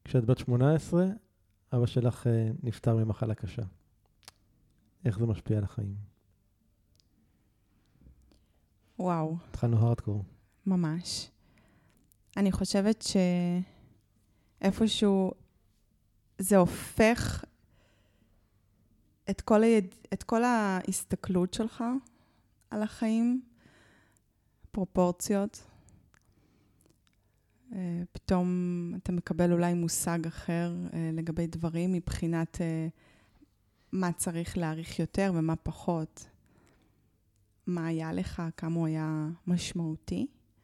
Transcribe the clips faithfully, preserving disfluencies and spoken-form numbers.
כשאת בת שמונה עשרה, אבא שלך נפטר ממחלה קשה. איך זה משפיע על החיים? וואו. התחלנו הארדקור. ממש. אני חושבת שאיפשהו זה הופך את כל, היד... את כל ההסתכלות שלך על החיים, פרופורציות. פתאום אתה מקבל אולי מושג אחר לגבי דברים מבחינת מה צריך להעריך יותר ומה פחות. מה היה לך, כמה הוא היה משמעותי.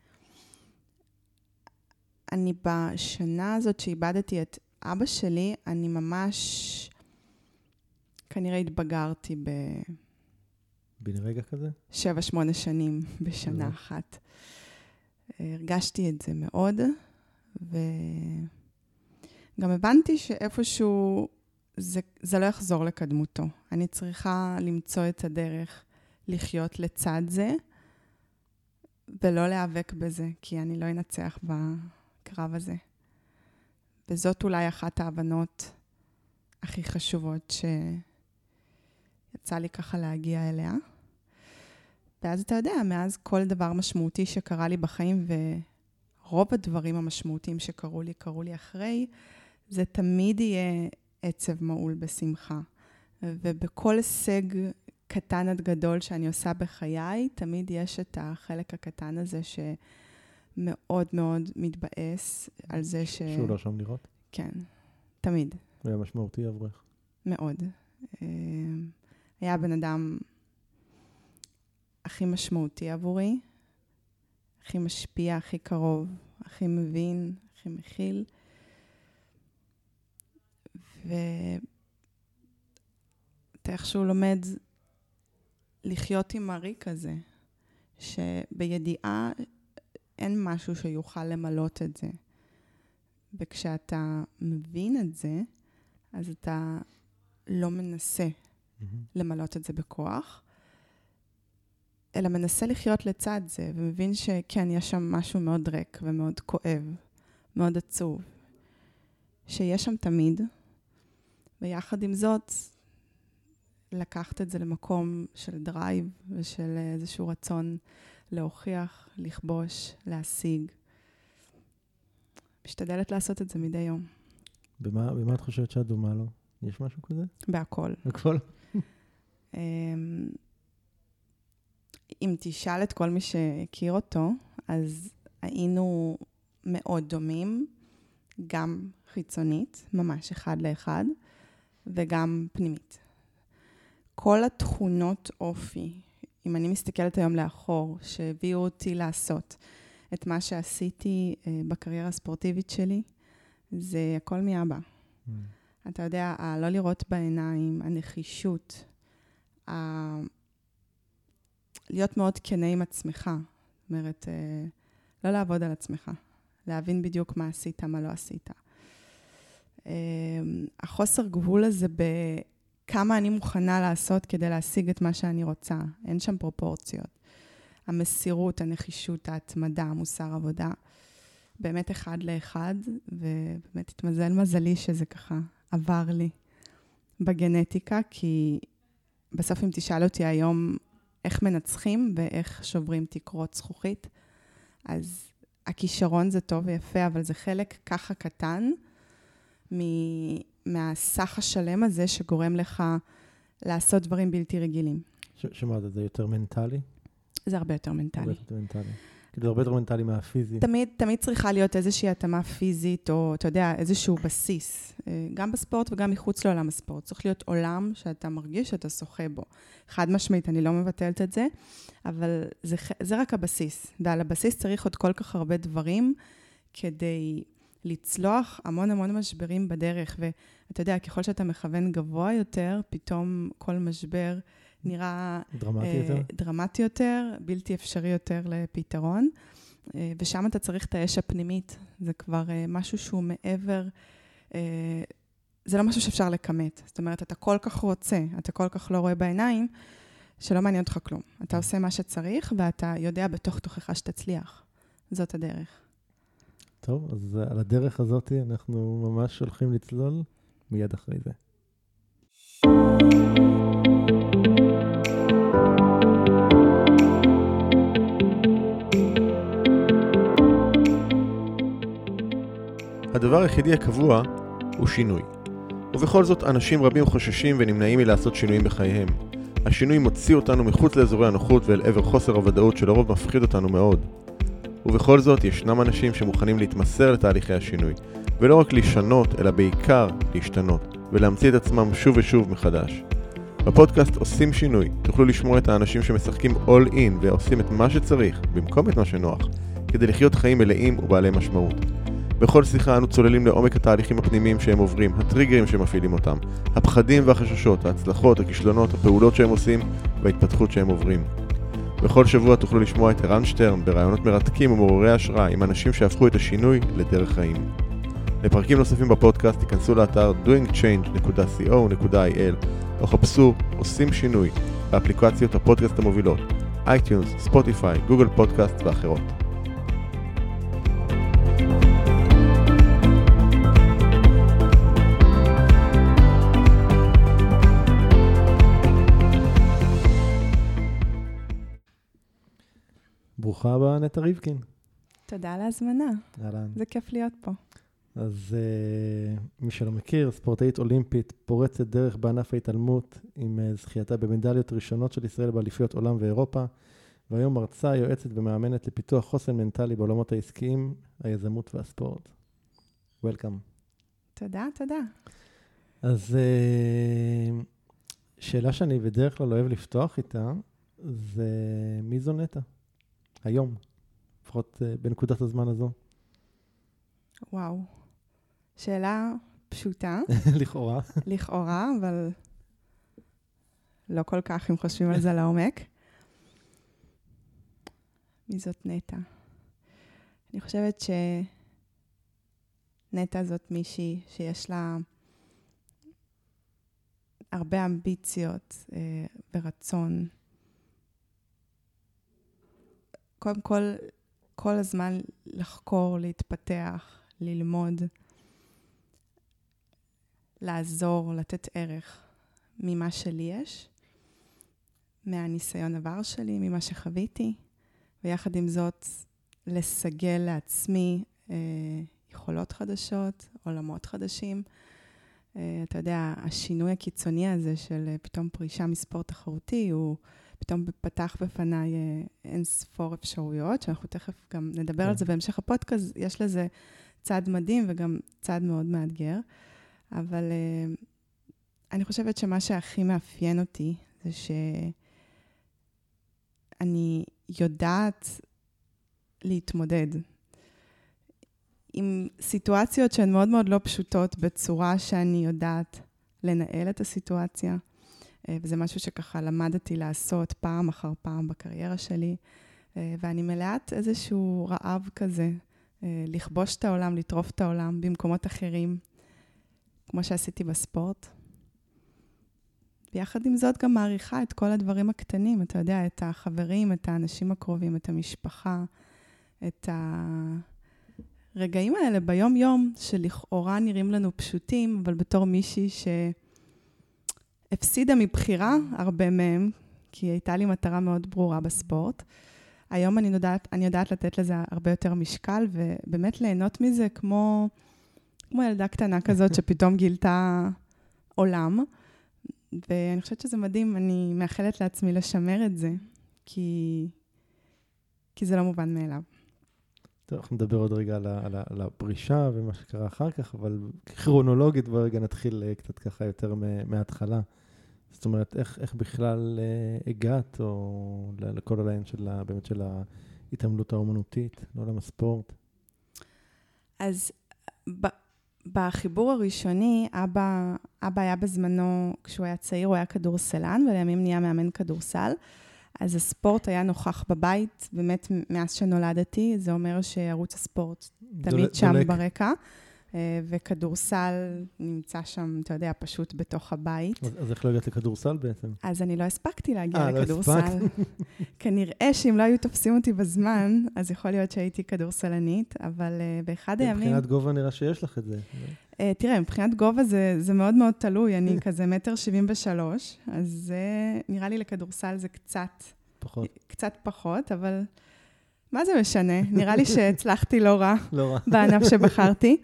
אני בשנה הזאת שאיבדתי את אבא שלי, אני ממש כנראה התבגרתי ב... בן רגע כזה? שבע, שמונה שנים בשנה אחת. הרגשתי את זה מאוד, וגם הבנתי שאיפשהו זה, זה לא יחזור לקדמותו. אני צריכה למצוא את הדרך לחיות לצד זה, ולא להיאבק בזה, כי אני לא אנצח בקרב הזה. וזאת אולי אחת ההבנות הכי חשובות שיצא לי ככה להגיע אליה. ואז אתה יודע, מאז כל דבר משמעותי שקרה לי בחיים, ורוב הדברים המשמעותיים שקרו לי, קרו לי אחרי, זה תמיד יהיה עצב מעול בשמחה. ובכל הישג קטן עד גדול שאני עושה בחיי, תמיד יש את החלק הקטן הזה שמאוד מאוד מתבאס על זה ש... שהוא לא שם לראות? כן, תמיד. הוא היה משמעותי עבורך? מאוד. היה בן אדם הכי משמעותי עבורי, הכי משפיע, הכי קרוב, הכי מבין, הכי מכיל. ואתה איכשהו לומד לחיות עם הריק הזה, שבידיעה אין משהו שיוכל למלות את זה. וכשאתה מבין את זה, אז אתה לא מנסה mm-hmm. למלות את זה בכוח, אלא מנסה לחיות לצד זה, ומבין שכן, יש שם משהו מאוד ריק ומאוד כואב, מאוד עצוב, שיש שם תמיד, ויחד עם זאת, לקחת את זה למקום של דרייב, ושל איזשהו רצון להוכיח, לכבוש, להשיג. משתדלת לעשות את זה מדי יום. במה, במה את חושבת שאת דומה לו? יש משהו כזה? בהכל. הכל? אם תשאל את כל מי שהכיר אותו, אז היינו מאוד דומים, גם חיצונית, ממש אחד לאחד, וגם פנימית. כל התכונות אופי, אם אני מסתכלת היום לאחור, שהביאו אותי לעשות את מה שעשיתי בקריירה הספורטיבית שלי, זה הכל מאבא. Mm. אתה יודע, לא לראות בעיניים, הנחישות, ה... להיות מאוד כנה עם עצמך. זאת אומרת, לא לעבוד על עצמך, להבין בדיוק מה עשית, מה לא עשית. החוסר גבול הזה בכמה אני מוכנה לעשות כדי להשיג את מה שאני רוצה. אין שם פרופורציות. המסירות, הנחישות, ההתמדה, המוסר עבודה, באמת אחד לאחד, ובאמת התמזל מזלי שזה ככה עבר לי בגנטיקה, כי בסוף אם תשאל אותי היום איך מנצחים ואיך שוברים תקרות זכוכית, אז הכישרון זה טוב ויפה, אבל זה חלק ככה קטן מהסך השלם הזה שגורם לך לעשות דברים בלתי רגילים. שמה, זה יותר מנטלי? זה הרבה יותר מנטלי. הרבה יותר מנטלי. כאילו, זה הרבה יותר מנטלי מהפיזי. תמיד, תמיד צריכה להיות איזושהי התאמה פיזית, או אתה יודע, איזשהו בסיס. גם בספורט וגם מחוץ לעולם הספורט. צריך להיות עולם שאתה מרגיש שאתה שוחה בו. חד משמעית, אני לא מבטלת את זה, אבל זה, זה רק הבסיס. ועל הבסיס צריך עוד כל כך הרבה דברים, כדי לצלוח המון המון משברים בדרך. ואתה יודע, ככל שאתה מכוון גבוה יותר, פתאום כל משבר נראה דרמטי יותר, דרמטי יותר, בלתי אפשרי יותר לפתרון, ושם אתה צריך את האש הפנימית. זה כבר משהו שהוא מעבר, זה לא משהו שאפשר לקמת. זאת אומרת, אתה כל כך רוצה, אתה כל כך לא רואה בעיניים, שלא מעניין אותך כלום. אתה עושה מה שצריך, ואתה יודע בתוך תוכך שתצליח. זאת הדרך. טוב, אז על הדרך הזאת אנחנו ממש הולכים לצלול מיד אחרי זה. הדבר היחידי הקבוע הוא שינוי. ובכל זאת, אנשים רבים חוששים ונמנעים מלעשות שינויים בחייהם. השינוי מוציא אותנו מחוץ לאזורי הנוחות ואל עבר חוסר הוודאות שלרוב מפחיד אותנו מאוד. ובכל זאת, ישנם אנשים שמוכנים להתמסר לתהליכי השינוי, ולא רק לשנות, אלא בעיקר להשתנות, ולהמציא את עצמם שוב ושוב מחדש. בפודקאסט עושים שינוי, תוכלו לשמוע את האנשים שמשחקים all in ועושים את מה שצריך, במקום את מה שנוח, כדי לחיות חיים מלאים ובעלי משמעות. בכל שיחה אנו צוללים לעומק התהליכים הפנימיים שהם עוברים, הטריגרים שמפעילים אותם, הפחדים והחששות, ההצלחות, הכישלונות, הפעולות שהם עושים וההתפתחות שהם עוברים. בכל שבוע תוכלו לשמוע את ערן שטרן ברעיונות מרתקים ומעוררי השראה עם אנשים שהפכו את השינוי לדרך חיים. לפרקים נוספים בפודקאסט תיכנסו לאתר doing change dot co dot il או חפשו עושים שינוי באפליקציות הפודקאסט המובילות, אייטיונס, ספוטיפיי, גוגל פודקאסט ואחרות. ברוכה הבאה, נטע ריבקין. תודה על ההזמנה. אהלן. זה כיף להיות פה. אז uh, מי שלא מכיר, ספורטאית אולימפית, פורצת דרך בענף ההתעלמות, עם uh, זכייתה במדליות ראשונות של ישראל באליפויות עולם ואירופה, והיום מרצה, יועצת ומאמנת לפיתוח חוסן מנטלי בעולמות העסקיים, היזמות והספורט. וולקאם. תודה, תודה. אז uh, שאלה שאני בדרך כלל אוהב לפתוח איתה, זה מי זו נטע? היום, לפחות uh, בנקודת הזמן הזו. וואו. שאלה פשוטה. לכאורה. לכאורה, אבל לא כל כך אם חושבים על זה לעומק. מי זאת נטע? אני חושבת שנטע זאת מישהי שיש לה הרבה אמביציות אה, ורצון. קודם כל, כל הזמן לחקור, להתפתח, ללמוד, לעזור, לתת ערך ממה שלי יש, מהניסיון עבר שלי, ממה שחוויתי, ויחד עם זאת לסגל לעצמי אה, יכולות חדשות, עולמות חדשים. אה, אתה יודע, השינוי הקיצוני הזה של אה, פתאום פרישה מספורט תחרותי, הוא פתאום פתח בפניי אה, אין ספור אפשרויות, שאנחנו תכף גם נדבר כן. על זה בהמשך הפודקאסט, יש לזה צעד מדהים וגם צעד מאוד מאתגר, אבל uh, אני חושבת שמה שהכי מאפיין אותי זה שאני יודעת להתמודד עם סיטואציות שהן מאוד מאוד לא פשוטות בצורה שאני יודעת לנהל את הסיטואציה, uh, וזה משהו שככה למדתי לעשות פעם אחר פעם בקריירה שלי, uh, ואני מלאת איזשהו רעב כזה, לכבוש את העולם, לטרוף את העולם במקומות אחרים, כמו שעשיתי בספורט. ויחד עם זאת גם מעריכה את כל הדברים הקטנים, אתה יודע, את החברים, את האנשים הקרובים, את המשפחה, את הרגעים האלה ביום-יום, שלכאורה נראים לנו פשוטים, אבל בתור מישהי שהפסידה מבחירה הרבה מהם, כי הייתה לי מטרה מאוד ברורה בספורט, היום אני יודעת, אני יודעת לתת לזה הרבה יותר משקל, ובאמת ליהנות מזה כמו, כמו ילדה קטנה כזאת שפתאום גילתה עולם. ואני חושבת שזה מדהים, אני מאחלת לעצמי לשמר את זה, כי, כי זה לא מובן מאליו. טוב, אנחנו נדבר עוד רגע על, על, על הפרישה ומה שקרה אחר כך, אבל כרונולוגית ברגע נתחיל קצת ככה יותר מההתחלה. זאת אומרת, איך, איך בכלל אה, הגעת, או לכל הליין של, באמת של ההתעמלות האומנותית, לעולם הספורט? אז ב, בחיבור הראשוני, אבא, אבא היה בזמנו, כשהוא היה צעיר, הוא היה כדורסלן, ולימים נהיה מאמן כדורסל. אז הספורט היה נוכח בבית, באמת מאז שנולדתי, זה אומר שערוץ הספורט תמיד שם ברקע. וכדורסל נמצא שם, אתה יודע, פשוט בתוך הבית. אז, אז איך לא הגעת לכדורסל בעצם? אז אני לא הספקתי להגיע 아, לכדורסל. לא הספקת. כנראה שאם לא היו תופסים אותי בזמן, אז יכול להיות שהייתי כדורסלנית, אבל uh, באחד הימים... מבחינת גובה נראה שיש לך את זה. Uh, תראה, מבחינת גובה זה, זה מאוד מאוד תלוי, אני כזה מטר שבעים ושלוש, אז זה, נראה לי לכדורסל זה קצת... פחות. קצת פחות, אבל מה זה משנה? נראה לי שהצלחתי לא רע. לא רע. בענף שבחרתי.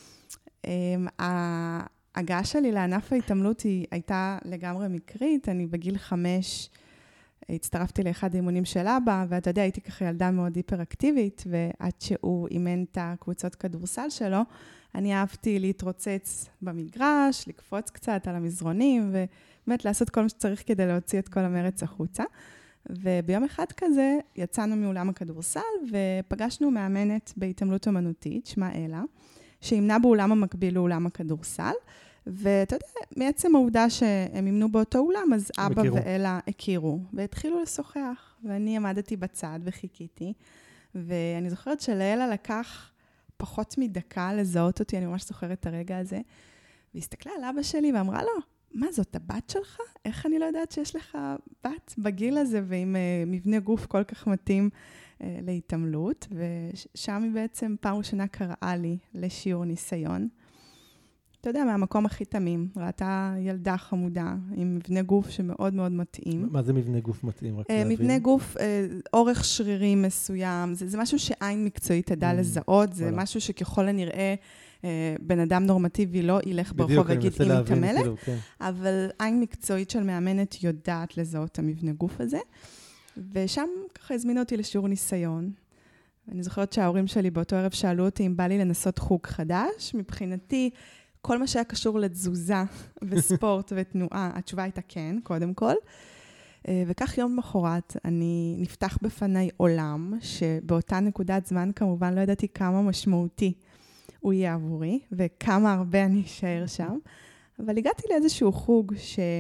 ההגעה שלי לענף ההתעמלות היא הייתה לגמרי מקרית. אני בגיל חמש הצטרפתי לאחד האימונים של אבא, ואתה יודע, הייתי ככה ילדה מאוד היפראקטיבית, ועד שהוא אימן את הקבוצות כדורסל שלו, אני אהבתי להתרוצץ במגרש, לקפוץ קצת על המזרונים, ובאמת לעשות כל מה שצריך כדי להוציא את כל המרץ החוצה. וביום אחד כזה יצאנו מעולם הכדורסל, ופגשנו מאמנת בהתעמלות אומנותית, שמה אלה, שאימנה בעולם המקביל לעולם הכדורסל, ואתה יודע, מעצם העובדה שהם אימנו באותו אולם, אז אבא הכירו. ואלה הכירו, והתחילו לשוחח, ואני עמדתי בצד וחיכיתי, ואני זוכרת שלאלה לקח פחות מדקה לזהות אותי, אני ממש זוכרת את הרגע הזה, והסתכלה על אבא שלי ואמרה לו, מה זאת, הבת שלך? איך אני לא יודעת שיש לך בת בגיל הזה, ועם uh, מבנה גוף כל כך מתאים uh, להתעמלות, ושם היא בעצם פעם ראשונה קראה לי לשיעור ניסיון. אתה יודע, מהמקום הכי תמים, ראתה ילדה חמודה, עם מבנה גוף שמאוד מאוד מתאים. מה זה מבנה גוף מתאים? רק uh, להבין? מבנה גוף, uh, אורך שרירים מסוים, זה, זה משהו שעין מקצועית תדע לזהות, זה משהו שככל הנראה, בן אדם נורמטיבי לא ילך ברחוב ויגיד אם מתעמלת, אבל עין מקצועית של מאמנת יודעת לזהות את המבנה גוף הזה, ושם ככה הזמינו אותי לשיעור ניסיון. אני זוכרת שההורים שלי באותו ערב שאלו אותי אם בא לי לנסות חוג חדש, מבחינתי כל מה שהיה קשור לתזוזה וספורט ותנועה, התשובה הייתה כן, קודם כל, וכך יום מחרת אני נפתח בפני עולם, שבאותה נקודת זמן כמובן לא ידעתי כמה משמעותי, הוא יהיה עבורי, וכמה הרבה אני אשאר שם. אבל הגעתי לאיזשהו חוג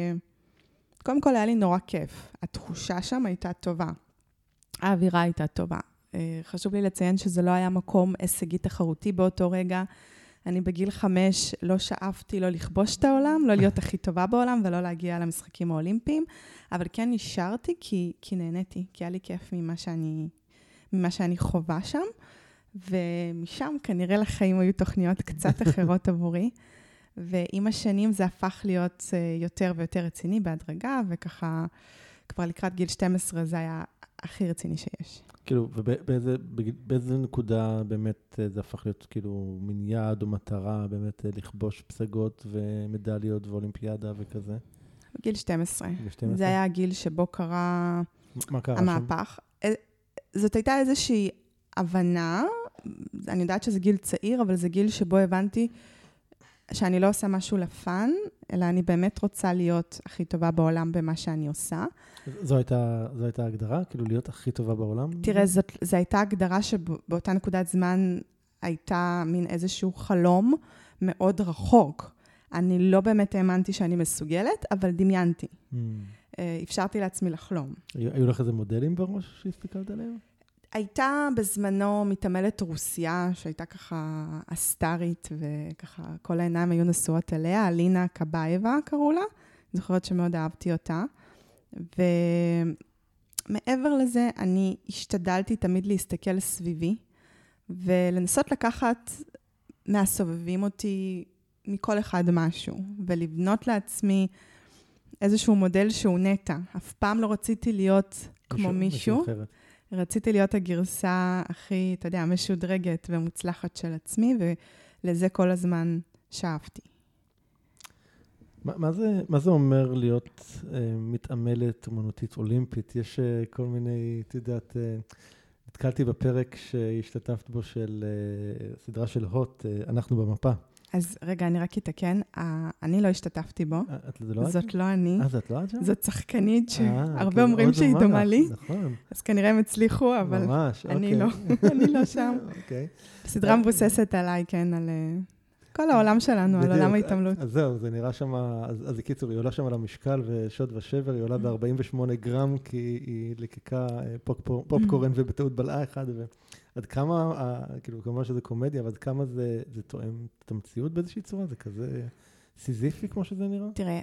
שקודם כל היה לי נורא כיף. התחושה שם הייתה טובה. האווירה הייתה טובה. חשוב לי לציין שזה לא היה מקום הישגי תחרותי באותו רגע. אני בגיל חמש לא שאפתי לא לכבוש את העולם, לא להיות הכי טובה בעולם ולא להגיע למשחקים האולימפיים, אבל כן נשארתי כי, כי נהניתי, כי היה לי כיף ממה שאני, ממה שאני חובה שם. ומשם כנראה לחיים היו תוכניות קצת אחרות עבורי, ועם השנים זה הפך להיות יותר ויותר רציני בהדרגה, וככה כבר לקראת גיל שתים עשרה זה היה הכי רציני שיש. כאילו, ובאיזה באיזה נקודה באמת זה הפך להיות כאילו מין יעד או מטרה, באמת לכבוש פסגות ומדליות ואולימפיאדה וכזה? בגיל שתים עשרה. ב-שתים עשרה? זה היה הגיל שבו קרה מה קרה המהפך. שם? זאת הייתה איזושהי הבנה, אני יודעת שזה גיל צעיר, אבל זה גיל שבו הבנתי שאני לא עושה משהו לפן, אלא אני באמת רוצה להיות הכי טובה בעולם במה שאני עושה. זו הייתה, זו הייתה הגדרה? כאילו להיות הכי טובה בעולם? תראה, זאת, זו הייתה הגדרה שבאותה נקודת זמן הייתה מין איזשהו חלום מאוד רחוק. אני לא באמת האמנתי שאני מסוגלת, אבל דמיינתי. Mm. אפשרתי לעצמי לחלום. היו לך איזה מודלים בראש שהסתכלת עליהם? הייתה בזמנו מתעמלת רוסיה, שהייתה ככה אסטרית, וככה כל העיניים היו נשואות אליה, אלינה קבייבה קראו לה, אני זוכרת שמאוד אהבתי אותה, ומעבר לזה אני השתדלתי תמיד להסתכל סביבי, ולנסות לקחת מהסובבים אותי מכל אחד משהו, ולבנות לעצמי איזשהו מודל שהוא נטע. אף פעם לא רציתי להיות כמו מישהו, רציתי להיות הגרסה הכי, אתה יודע, משודרגת ומוצלחת של עצמי, ולזה כל הזמן שאפתי. מה, מה זה, מה זה אומר להיות אה, מתעמלת אומנותית אולימפית? יש אה, כל מיני, את יודעת, אה, נתקלתי בפרק שהשתתפת בו של אה, סדרה של הוט, אה, אנחנו במפה. אז רגע, אני רק אתקן, אני לא השתתפתי בו, זאת לא אני. אה, זאת לא את שם? זאת שחקנית שהרבה אומרים שהיא דומה לי. נכון. אז כנראה הם הצליחו, אבל אני לא. אני לא שם. סדרה מבוססת עליי, כן, על כל העולם שלנו, על עולם ההתעמלות. אז זהו, זה נראה שם, אז קיצור, היא עולה שם על המשקל ושוד ושבר, היא עולה ב-ארבעים ושמונה גרם, כי היא לקקה פופקורן ובטעות בלעה אחד, עד כמה, כאילו, כמובן שזה קומדיה, אבל עד כמה זה, זה תואם את המציאות באיזושהי צורה? זה כזה סיזיפי כמו שזה נראה? תראה,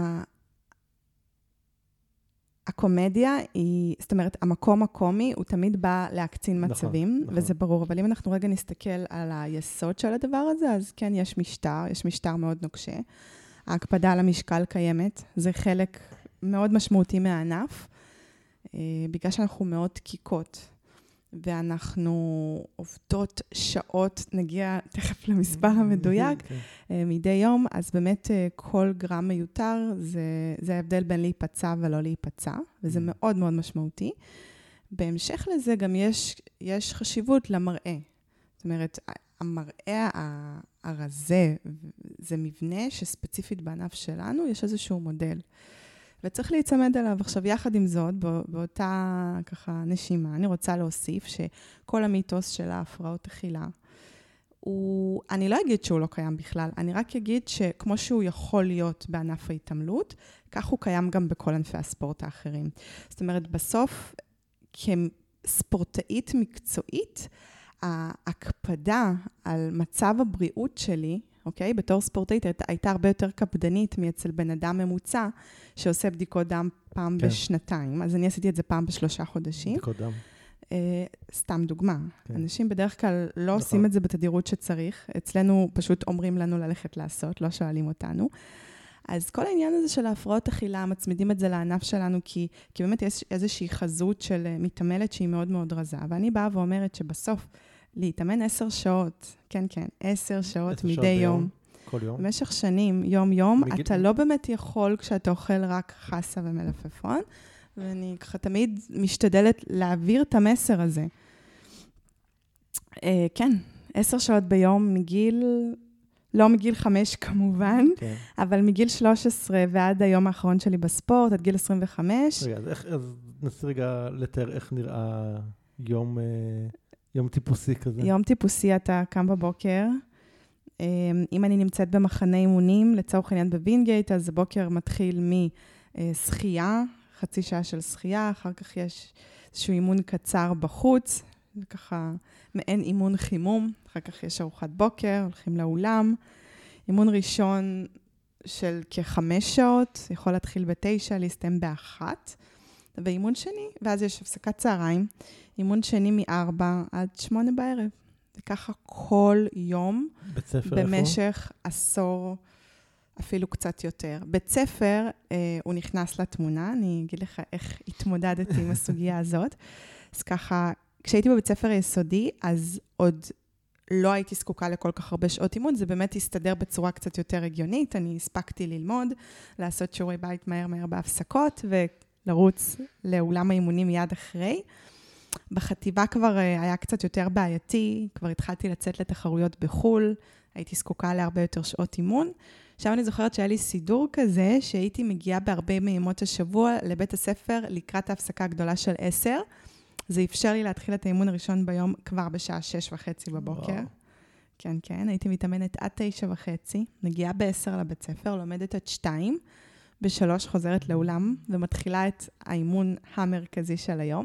הקומדיה היא, זאת אומרת, המקום הקומי הוא תמיד בא להקצין מצבים, נכון, וזה נכון. ברור. אבל אם אנחנו רגע נסתכל על היסוד של הדבר הזה, אז כן, יש משטר, יש משטר מאוד נוקשה. ההקפדה על המשקל קיימת, זה חלק מאוד משמעותי מהענף, בגלל שאנחנו מאוד דקיקות, ואנחנו עובדות שעות, נגיע תכף למספר המדויק, מדי יום, אז באמת כל גרם מיותר, זה, זה ההבדל בין להיפצע ולא להיפצע, וזה מאוד מאוד משמעותי. בהמשך לזה גם יש, יש חשיבות למראה. זאת אומרת, המראה הרזה, זה מבנה שספציפית בענף שלנו, יש איזשהו מודל. וצריך להיצמד עליו. עכשיו, יחד עם זאת, באותה ככה נשימה, אני רוצה להוסיף שכל המיתוס של ההפרעות אכילה, הוא, אני לא אגיד שהוא לא קיים בכלל, אני רק אגיד שכמו שהוא יכול להיות בענף ההתעמלות, כך הוא קיים גם בכל ענפי הספורט האחרים. זאת אומרת, בסוף, כספורטאית מקצועית, ההקפדה על מצב הבריאות שלי, אוקיי? בתור ספורטאית הייתה הרבה יותר קפדנית מאצל בן אדם ממוצע, שעושה בדיקות דם פעם כן. בשנתיים. אז אני עשיתי את זה פעם בשלושה חודשים. בדיקות דם. אה, סתם דוגמה. כן. אנשים בדרך כלל לא נכון. עושים את זה בתדירות שצריך. אצלנו פשוט אומרים לנו ללכת לעשות, לא שואלים אותנו. אז כל העניין הזה של ההפרעות אכילה, מצמידים את זה לענף שלנו, כי, כי באמת יש איזושהי חזות של מתעמלת שהיא מאוד מאוד רזה. ואני באה ואומרת שבסוף, להתאמן עשר שעות, כן, כן, עשר שעות מדי יום. כל יום. במשך שנים, יום-יום, אתה לא באמת יכול כשאתה אוכל רק חסה ומלפפון, ואני ככה תמיד משתדלת להעביר את המסר הזה. כן, עשר שעות ביום מגיל, לא מגיל חמש כמובן, אבל מגיל שלוש עשרה ועד היום האחרון שלי בספורט, עד גיל עשרים וחמש. רגע, אז ננסה רגע לתאר איך נראה יום... יום טיפוסי כזה. יום טיפוסי, אתה קם בבוקר. אם אני נמצאת במחנה אימונים, לצורך העניין בווינגייט, אז הבוקר מתחיל משחייה, חצי שעה של שחייה, אחר כך יש איזשהו אימון קצר בחוץ, וככה מעין אימון חימום, אחר כך יש ארוחת בוקר, הולכים לאולם. אימון ראשון של כחמש שעות, יכול להתחיל בתשע, להסתיים באחת. ואימון שני, ואז יש הפסקת צהריים, אימון שני מארבע עד שמונה בערב. וככה כל יום, בית ספר במשך איפה? עשור, אפילו קצת יותר. בית ספר, אה, הוא נכנס לתמונה, אני אגיד לך איך התמודדתי עם הסוגיה הזאת. אז ככה, כשהייתי בבית ספר יסודי, אז עוד לא הייתי זקוקה לכל כך הרבה שעות אימון, זה באמת הסתדר בצורה קצת יותר הגיונית, אני הספקתי ללמוד, לעשות שיעורי בית מהר מהר בהפסקות, ו... לרוץ לאולם האימונים מיד אחרי. בחטיבה כבר היה קצת יותר בעייתי, כבר התחלתי לצאת לתחרויות בחול, הייתי זקוקה להרבה יותר שעות אימון. עכשיו אני זוכרת שהיה לי סידור כזה, שהייתי מגיעה בהרבה מימות השבוע לבית הספר לקראת ההפסקה הגדולה של עשר. זה אפשר לי להתחיל את האימון הראשון ביום כבר בשעה שש וחצי בבוקר. וואו. כן, כן, הייתי מתאמנת עד תשע וחצי, מגיעה בעשר לבית ספר, לומדת עד שתיים, בשלוש חוזרת לאולם, ומתחילה את האימון המרכזי של היום.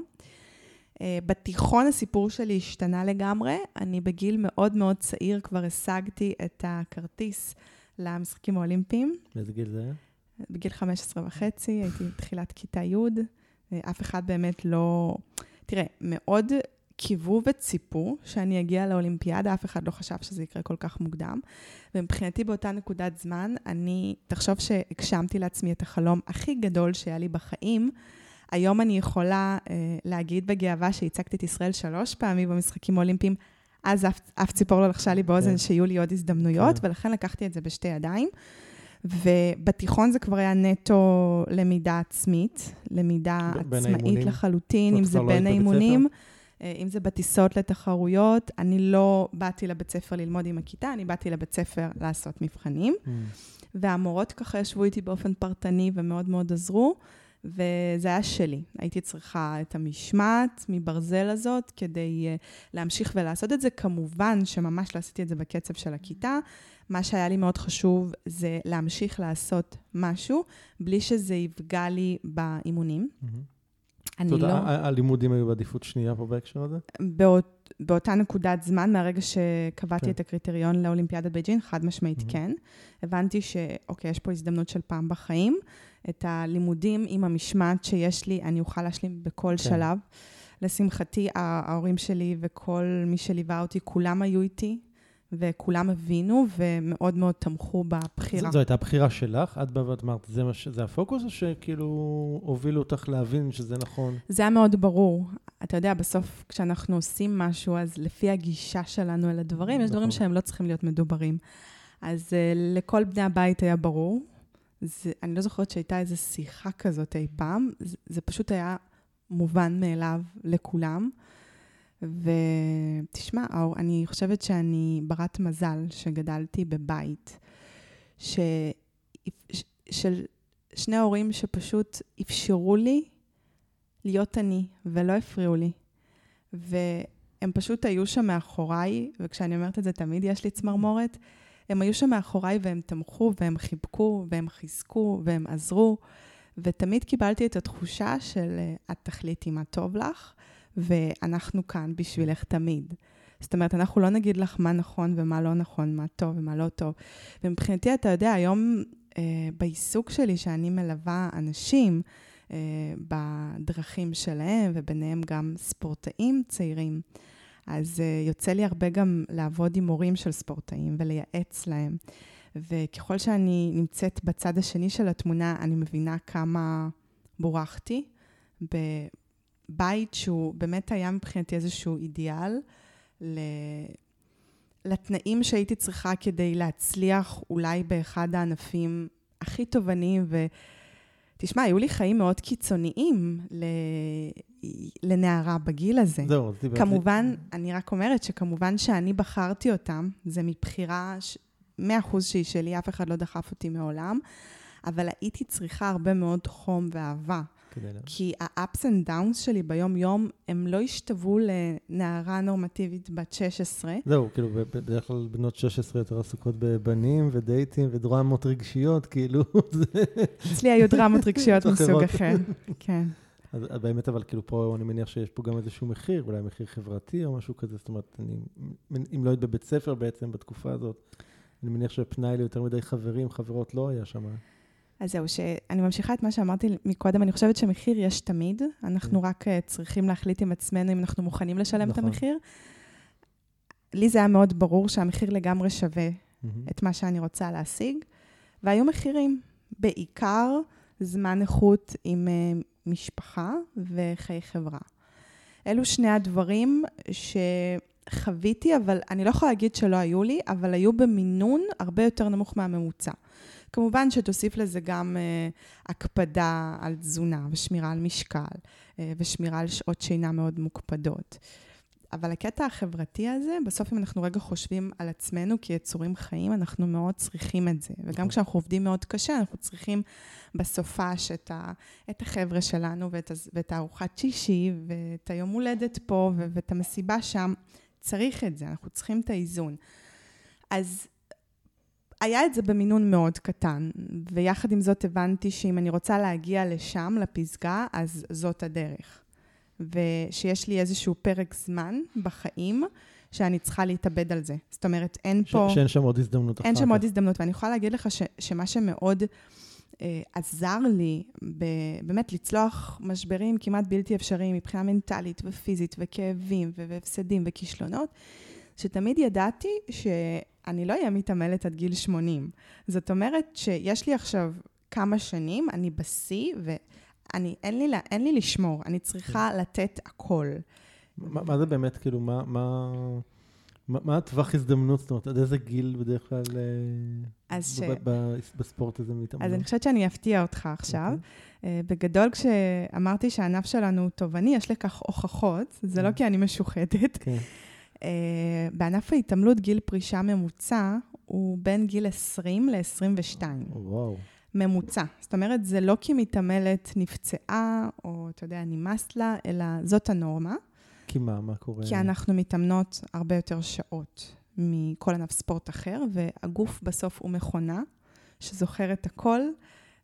בתיכון הסיפור שלי השתנה לגמרי, אני בגיל מאוד מאוד צעיר כבר השגתי את הכרטיס למשחקים האולימפיים. באיזה גיל זה היה? בגיל חמש עשרה וחצי, הייתי תחילת כיתה י', אף אחד באמת לא... תראה, מאוד קיוו וציפו שאני אגיע לאולימפיאדה, אף אחד לא חשב שזה יקרה כל כך מוקדם, ומבחינתי באותה נקודת זמן, אני, תחשוב שהגשמתי לעצמי את החלום הכי גדול שהיה לי בחיים, היום אני יכולה אה, להגיד בגאווה שהצגתי את ישראל שלוש פעמים במשחקים האולימפיים, אז אף, אף ציפור לא לחשה לי באוזן שיהיו לי עוד הזדמנויות, ולכן לקחתי את זה בשתי ידיים, ובתיכון זה כבר היה נטו למידה עצמית, למידה עצמאית לחלוטין, אם זה בין האימונים, אם זה בטיסות לתחרויות, אני לא באתי לבית ספר ללמוד עם הכיתה, אני באתי לבית ספר לעשות מבחנים, והמורות ככה ישבו איתי באופן פרטני ומאוד מאוד עזרו, וזה היה שלי. הייתי צריכה את המשמעת מברזל הזאת כדי להמשיך ולעשות את זה. כמובן שממש לא עשיתי את זה בקצב של הכיתה. מה שהיה לי מאוד חשוב זה להמשיך לעשות משהו, בלי שזה יפגע לי באימונים. אני זאת לא... אומרת, ה- הלימודים היו בעדיפות שנייה פה בהקשר הזה? באות, באותה נקודת זמן, מהרגע שקבעתי כן. את הקריטריון לאולימפיאדת בייג'ין, חד משמעית מהמם. כן. הבנתי שאוקיי, יש פה הזדמנות של פעם בחיים. את הלימודים עם המשמעת שיש לי, אני אוכל להשלים בכל כן. שלב. לשמחתי, ההורים שלי וכל מי שליווה אותי, כולם היו איתי, וכולם הבינו, ומאוד מאוד תמכו בבחירה. ז- זו הייתה בחירה שלך? את באה ואת אמרת, זה, מה ש- זה הפוקוס, או שכאילו הובילו אותך להבין שזה נכון? זה היה מאוד ברור. אתה יודע, בסוף כשאנחנו עושים משהו, אז לפי הגישה שלנו אל הדברים, יש דברים נכון. שהם לא צריכים להיות מדוברים. אז uh, לכל בני הבית היה ברור. זה, אני לא זוכרת שהייתה איזו שיחה כזאת אי פעם. זה, זה פשוט היה מובן מאליו לכולם. ותשמע, אני חושבת שאני ברת מזל שגדלתי בבית, ש... של שני הורים שפשוט אפשרו לי להיות אני, ולא הפריעו לי. והם פשוט היו שם מאחוריי, וכשאני אומרת את זה תמיד יש לי צמרמורת, הם היו שם מאחוריי והם תמכו, והם חיבקו, והם חיזקו, והם עזרו, ותמיד קיבלתי את התחושה של את תחליטי מה טוב לך, ואנחנו כאן בשבילך תמיד. זאת אומרת, אנחנו לא נגיד לך מה נכון ומה לא נכון, מה טוב ומה לא טוב. ומבחינתי, אתה יודע, היום אה, בעיסוק שלי שאני מלווה אנשים אה, בדרכים שלהם, וביניהם גם ספורטאים צעירים, אז אה, יוצא לי הרבה גם לעבוד עם הורים של ספורטאים ולייעץ להם. וככל שאני נמצאת בצד השני של התמונה, אני מבינה כמה בורחתי בבית שהוא באמת היה מבחינתי איזשהו אידיאל, לתנאים שהייתי צריכה כדי להצליח אולי באחד הענפים הכי תובעניים, ותשמע, היו לי חיים מאוד קיצוניים לנערה בגיל הזה. זהו, כמובן, אני רק אומרת שכמובן שאני בחרתי אותם, זה מבחירה מאה אחוז שהיא שלי, אף אחד לא דחף אותי מעולם, אבל הייתי צריכה הרבה מאוד חום ואהבה. כי ה-ups and downs שלי ביום יום, הם לא השתוו לנערה נורמטיבית בת שש עשרה. זהו, כאילו, בדרך כלל בנות שש עשרה יותר עסוקות בבנים ודייטים ודרמות רגשיות, כאילו. אצלי היו דרמות רגשיות מסוג אחר. כן. אז באמת, אבל כאילו פה אני מניח שיש פה גם איזשהו מחיר, אולי מחיר חברתי או משהו כזה, זאת אומרת, אני, אם לא היית בבית ספר בעצם בתקופה הזאת, אני מניח שפנאי לי יותר מדי חברים, חברות לא היה שם. אז זהו, שאני ממשיכה את מה שאמרתי מקודם, אני חושבת שמחיר יש תמיד, אנחנו רק צריכים להחליט עם עצמנו אם אנחנו מוכנים לשלם את המחיר. לי זה היה מאוד ברור שהמחיר לגמרי שווה את מה שאני רוצה להשיג, והיו מחירים, בעיקר זמן איכות עם משפחה וחיי חברה. אלו שני הדברים שחוויתי, אבל אני לא יכולה להגיד שלא היו לי, אבל היו במינון הרבה יותר נמוך מהממוצע. כמובן שתוסיף לזה גם uh, הקפדה על תזונה ושמירה על משקל uh, ושמירה על שעות שינה מאוד מוקפדות. אבל הקטע החברתי הזה, בסוף אם אנחנו רגע חושבים על עצמנו כיצורים חיים, אנחנו מאוד צריכים את זה. וגם כשאנחנו עובדים מאוד קשה, אנחנו צריכים בסופש את, ה, את החבר'ה שלנו ואת, ואת הארוחת שישי ואת היום הולדת פה ואת המסיבה שם. צריך את זה, אנחנו צריכים את האיזון. אז היה את זה במינון מאוד קטן, ויחד עם זאת הבנתי שאם אני רוצה להגיע לשם, לפסגה, אז זאת הדרך. ושיש לי איזשהו פרק זמן בחיים, שאני צריכה להתאבד על זה. זאת אומרת, אין פה... שאין שם עוד הזדמנות אחת. אין שם עוד הזדמנות, ואני יכולה להגיד לך ש, שמה שמאוד אה, עזר לי, ב, באמת לצלוח משברים כמעט בלתי אפשריים, מבחינה מנטלית ופיזית, וכאבים והפסדים וכישלונות, שתמיד ידעתי שאני לא אהיה מתעמלת עד גיל שמונים. זאת אומרת שיש לי עכשיו כמה שנים, אני בשיא, ואני, אין לי, אין לי לשמור, אני צריכה לתת הכל. מה, מה זה באמת, כאילו, מה, מה, מה, מה הטווח הזדמנות? זאת אומרת, עד איזה גיל בדרך כלל ב, ש... ב, בספורט הזה מתעמלות? אז אני חושבת שאני אפתיע אותך עכשיו. Okay. בגדול, כשאמרתי שהענף שלנו הוא תובעני, יש לכך הוכחות, זה okay. לא כי אני משוחדת. Okay. Uh, בענף ההתעמלות גיל פרישה ממוצע הוא בין גיל עשרים ל-עשרים ושתיים. וואו. ממוצע. זאת אומרת, זה לא כי מתעמלת נפצעה, או אתה יודע, נמאס לה, אלא זאת הנורמה. כי מה? מה קורה? כי אנחנו מתאמנות הרבה יותר שעות מכל ענף ספורט אחר, והגוף בסוף הוא מכונה שזוכר את הכל,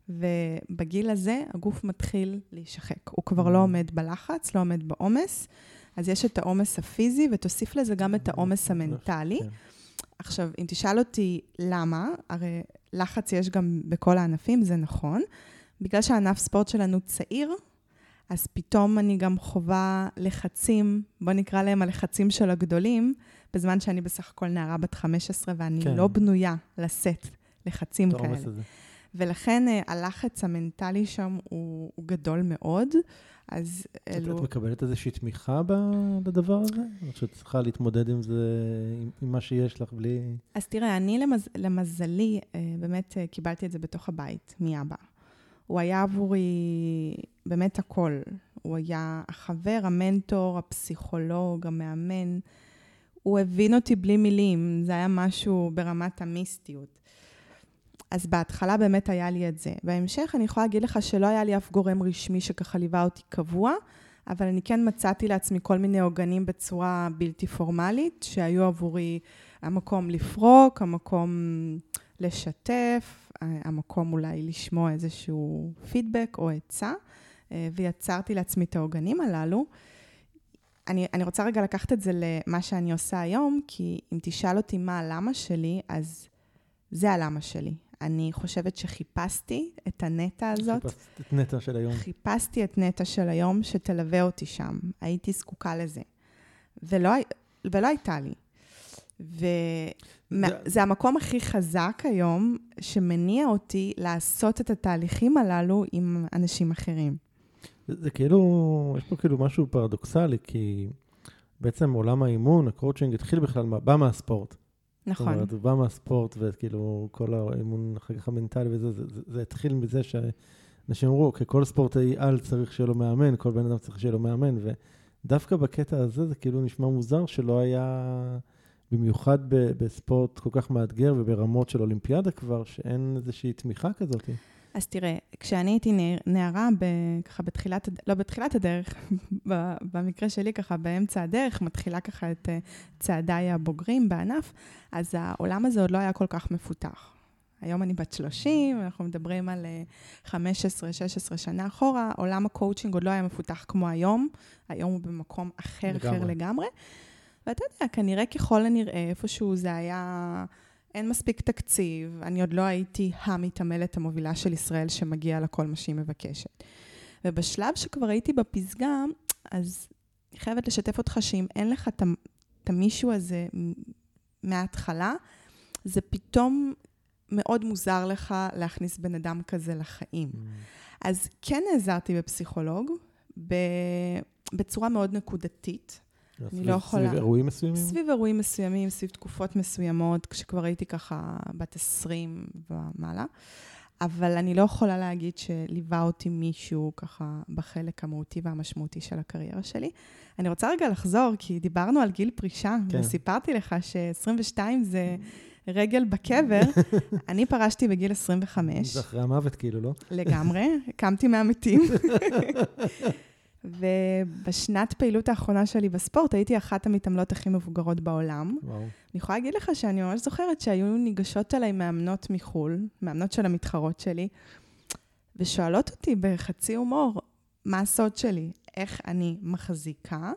ובגיל הזה הגוף מתחיל להישחק. הוא כבר לא עומד בלחץ, לא עומד בעומס, אז יש את העומס הפיזי, ותוסיף לזה גם את העומס המנטלי. עכשיו, אם תשאל אותי למה, הרי לחץ יש גם בכל הענפים, זה נכון. בגלל שהענף ספורט שלנו צעיר, אז פתאום אני גם חובה לחצים, בוא נקרא להם הלחצים של הגדולים, בזמן שאני בסך הכל נערה בת חמש עשרה, ואני כן. לא בנויה לשאת לחצים כאלה. ולכן הלחץ המנטלי שם הוא, הוא גדול מאוד. אז אלו... את מקבלת איזושהי תמיכה בדבר הזה? או שאת צריכה להתמודד עם זה, עם מה שיש לך בלי... אז תראה, אני למז... למזלי, באמת קיבלתי את זה בתוך הבית, מאבא. הוא היה עבורי באמת הכל. הוא היה החבר, המנטור, הפסיכולוג, המאמן. הוא הבין אותי בלי מילים. זה היה משהו ברמת המיסטיות. אז בהתחלה באמת היה לי את זה. בהמשך אני יכולה להגיד לך שלא היה לי אף גורם רשמי שככה ליווה אותי קבוע, אבל אני כן מצאתי לעצמי כל מיני עוגנים בצורה בלתי פורמלית, שהיו עבורי המקום לפרוק, המקום לשתף, המקום אולי לשמוע איזשהו פידבק או עצה, ויצרתי לעצמי את העוגנים הללו. אני, אני רוצה רגע לקחת את זה למה שאני עושה היום, כי אם תשאל אותי מה הלמה שלי, אז זה הלמה שלי. אני חושבת שחיפשתי את הנטע הזאת. חיפשת את נטע של היום. חיפשתי את נטע של היום שתלווה אותי שם. הייתי זקוקה לזה. ולא, ולא הייתה לי. וזה המקום הכי חזק היום שמניע אותי לעשות את התהליכים הללו עם אנשים אחרים. זה, זה כאילו, יש פה כאילו משהו פרדוקסלי, כי בעצם עולם האימון, הקואוצ'ינג התחיל בכלל, בא מהספורט. נכון. זאת אומרת, הוא בא מהספורט, וכאילו כל האימון אחר כך המנטלי וזה, זה, זה, זה התחיל מזה שאנשים אמרו, אוקיי, כל ספורטאי על צריך שיהיה לו מאמן, כל בן אדם צריך שיהיה לו מאמן, ודווקא בקטע הזה זה כאילו נשמע מוזר שלא היה, במיוחד ב, בספורט כל כך מאתגר וברמות של אולימפיאדה כבר, שאין איזושהי תמיכה כזאת. אז תראה, כשאני הייתי נערה, ככה בתחילת, לא בתחילת הדרך, במקרה שלי ככה באמצע הדרך, מתחילה ככה את צעדיי הבוגרים בענף, אז העולם הזה עוד לא היה כל כך מפותח. היום אני בת שלושים, אנחנו מדברים על חמש עשרה שש עשרה שנה אחורה, עולם הקואוצ'ינג עוד לא היה מפותח כמו היום, היום הוא במקום אחר לגמרי. אחר לגמרי, ואתה יודע, כנראה ככל הנראה, איפשהו זה היה... אין מספיק תקציב, אני עוד לא הייתי המתעמלת המובילה של ישראל שמגיעה לכל מה שהיא מבקשת. ובשלב שכבר הייתי בפסגה, אז אני חייבת לשתף אותך שאם אין לך את המישהו הזה מההתחלה, זה פתאום מאוד מוזר לך להכניס בן אדם כזה לחיים. Mm. אז כן נעזרתי בפסיכולוג, בצורה מאוד נקודתית, אני לא יכולה... סביב אירועים מסוימים? סביב אירועים מסוימים, סביב תקופות מסוימות, כשכבר הייתי ככה בת עשרים ומעלה. אבל אני לא יכולה להגיד שליווה אותי מישהו ככה בחלק המהותי והמשמעותי של הקריירה שלי. אני רוצה רגע לחזור, כי דיברנו על גיל פרישה, כן. וסיפרתי לך ש-עשרים ושתיים זה רגל בקבר. אני פרשתי בגיל עשרים וחמש. זה אחרי המוות כאילו, לא? לגמרי, קמתי מהמתים. ובשנת פעילות האחרונה שלי בספורט, הייתי אחת המתעמלות הכי מבוגרות בעולם. וואו. אני יכולה להגיד לך שאני ממש זוכרת שהיו ניגשות עליי מאמנות מחול, מאמנות של המתחרות שלי, ושואלות אותי בחצי הומור, מה הסוד שלי? איך אני מחזיקה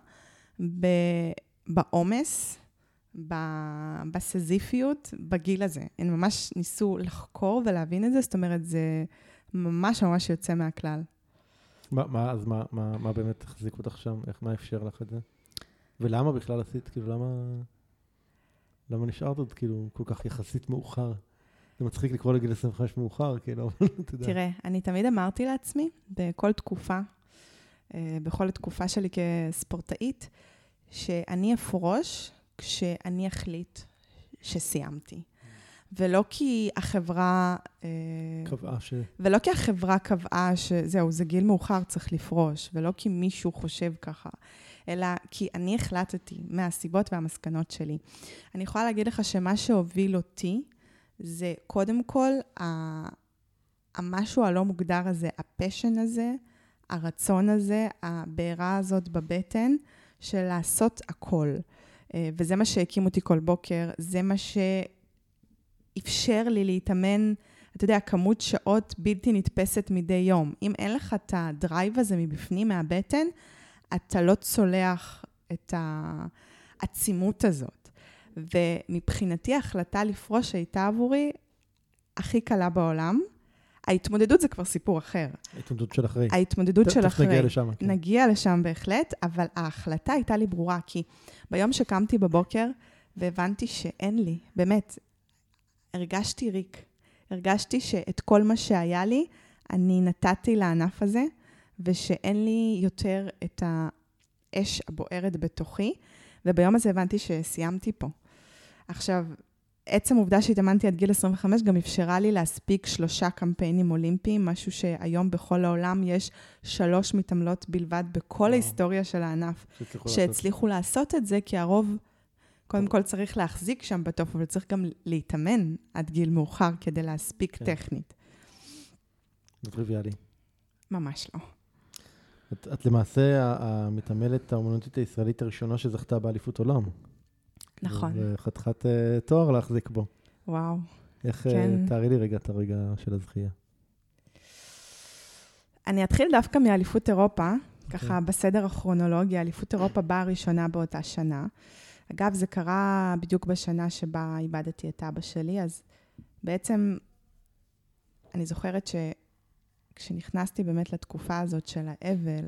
בעומס, בסזיפיות, בגיל הזה. הן ממש ניסו לחקור ולהבין את זה, זאת אומרת, זה ממש ממש יוצא מהכלל. מה, מה, אז מה, מה, מה באמת תחזיק אותך שם? איך, מה אפשר לך את זה? ולמה בכלל עשית? כאילו, למה, למה נשארת עוד, כאילו, כל כך יחסית מאוחר? זה מצחיק לקרוא לגיל עשרים וחמש מאוחר, כאילו, אבל אתה יודע. תראה, אני תמיד אמרתי לעצמי, בכל תקופה, בכל התקופה שלי כספורטאית, שאני אפרוש כשאני אחליט שסיימתי. ולא כי החברה... קבעה ש... ולא כי החברה קבעה שזהו, זה גיל מאוחר, צריך לפרוש, ולא כי מישהו חושב ככה, אלא כי אני החלטתי מהסיבות והמסקנות שלי. אני יכולה להגיד לך שמה שהוביל אותי, זה קודם כל, המשהו הלא מוגדר הזה, הפשן הזה, הרצון הזה, הבעירה הזאת בבטן, של לעשות הכל. וזה מה שהקים אותי כל בוקר, זה מה ש... אפשר לי להתאמן אתה יודע, כמות שעות בלתי נתפסת מדי יום. אם אין לך את הדרייב הזה מבפנים, מהבטן, אתה לא צולח את העצימות הזאת. ומבחינתי ההחלטה לפרוש הייתה עבורי הכי קלה בעולם. ההתמודדות זה כבר סיפור אחר. ההתמודדות של אחרי. ההתמודדות של אחרי. נגיע לשם. כן. נגיע לשם בהחלט, אבל ההחלטה הייתה לי ברורה, כי ביום שקמתי בבוקר, והבנתי שאין לי, באמת, הרגשתי ריק. הרגשתי שאת כל מה שהיה לי, אני נתתי לענף הזה, ושאין לי יותר את האש הבוערת בתוכי, וביום הזה הבנתי שסיימתי פה. עכשיו, עצם העובדה שהתאמנתי עד גיל עשרים וחמש, גם אפשרה לי להספיק שלושה קמפיינים אולימפיים, משהו שהיום בכל העולם יש שלוש מתעמלות בלבד בכל ההיסטוריה של הענף, שהצליחו לעשות את זה, כי הרוב, קודם כל צריך להחזיק שם בטוף, אבל צריך גם להתאמן עד גיל מאוחר כדי להספיק טכנית. זה טריוויאלי. ממש לא. את, את למעשה המתעמלת האומנותית הישראלית הראשונה שזכתה באליפות עולם. נכון. זה חתיכת תואר להחזיק בו. וואו. איך, כן. תארי לי רגע את הרגע של הזכייה. אני אתחיל דווקא מאליפות אירופה, okay. ככה בסדר הכרונולוגי, אליפות אירופה באה הראשונה באותה שנה. אגב, זה קרה בדיוק בשנה שבה איבדתי את אבא שלי, אז בעצם אני זוכרת שכשנכנסתי באמת לתקופה הזאת של האבל,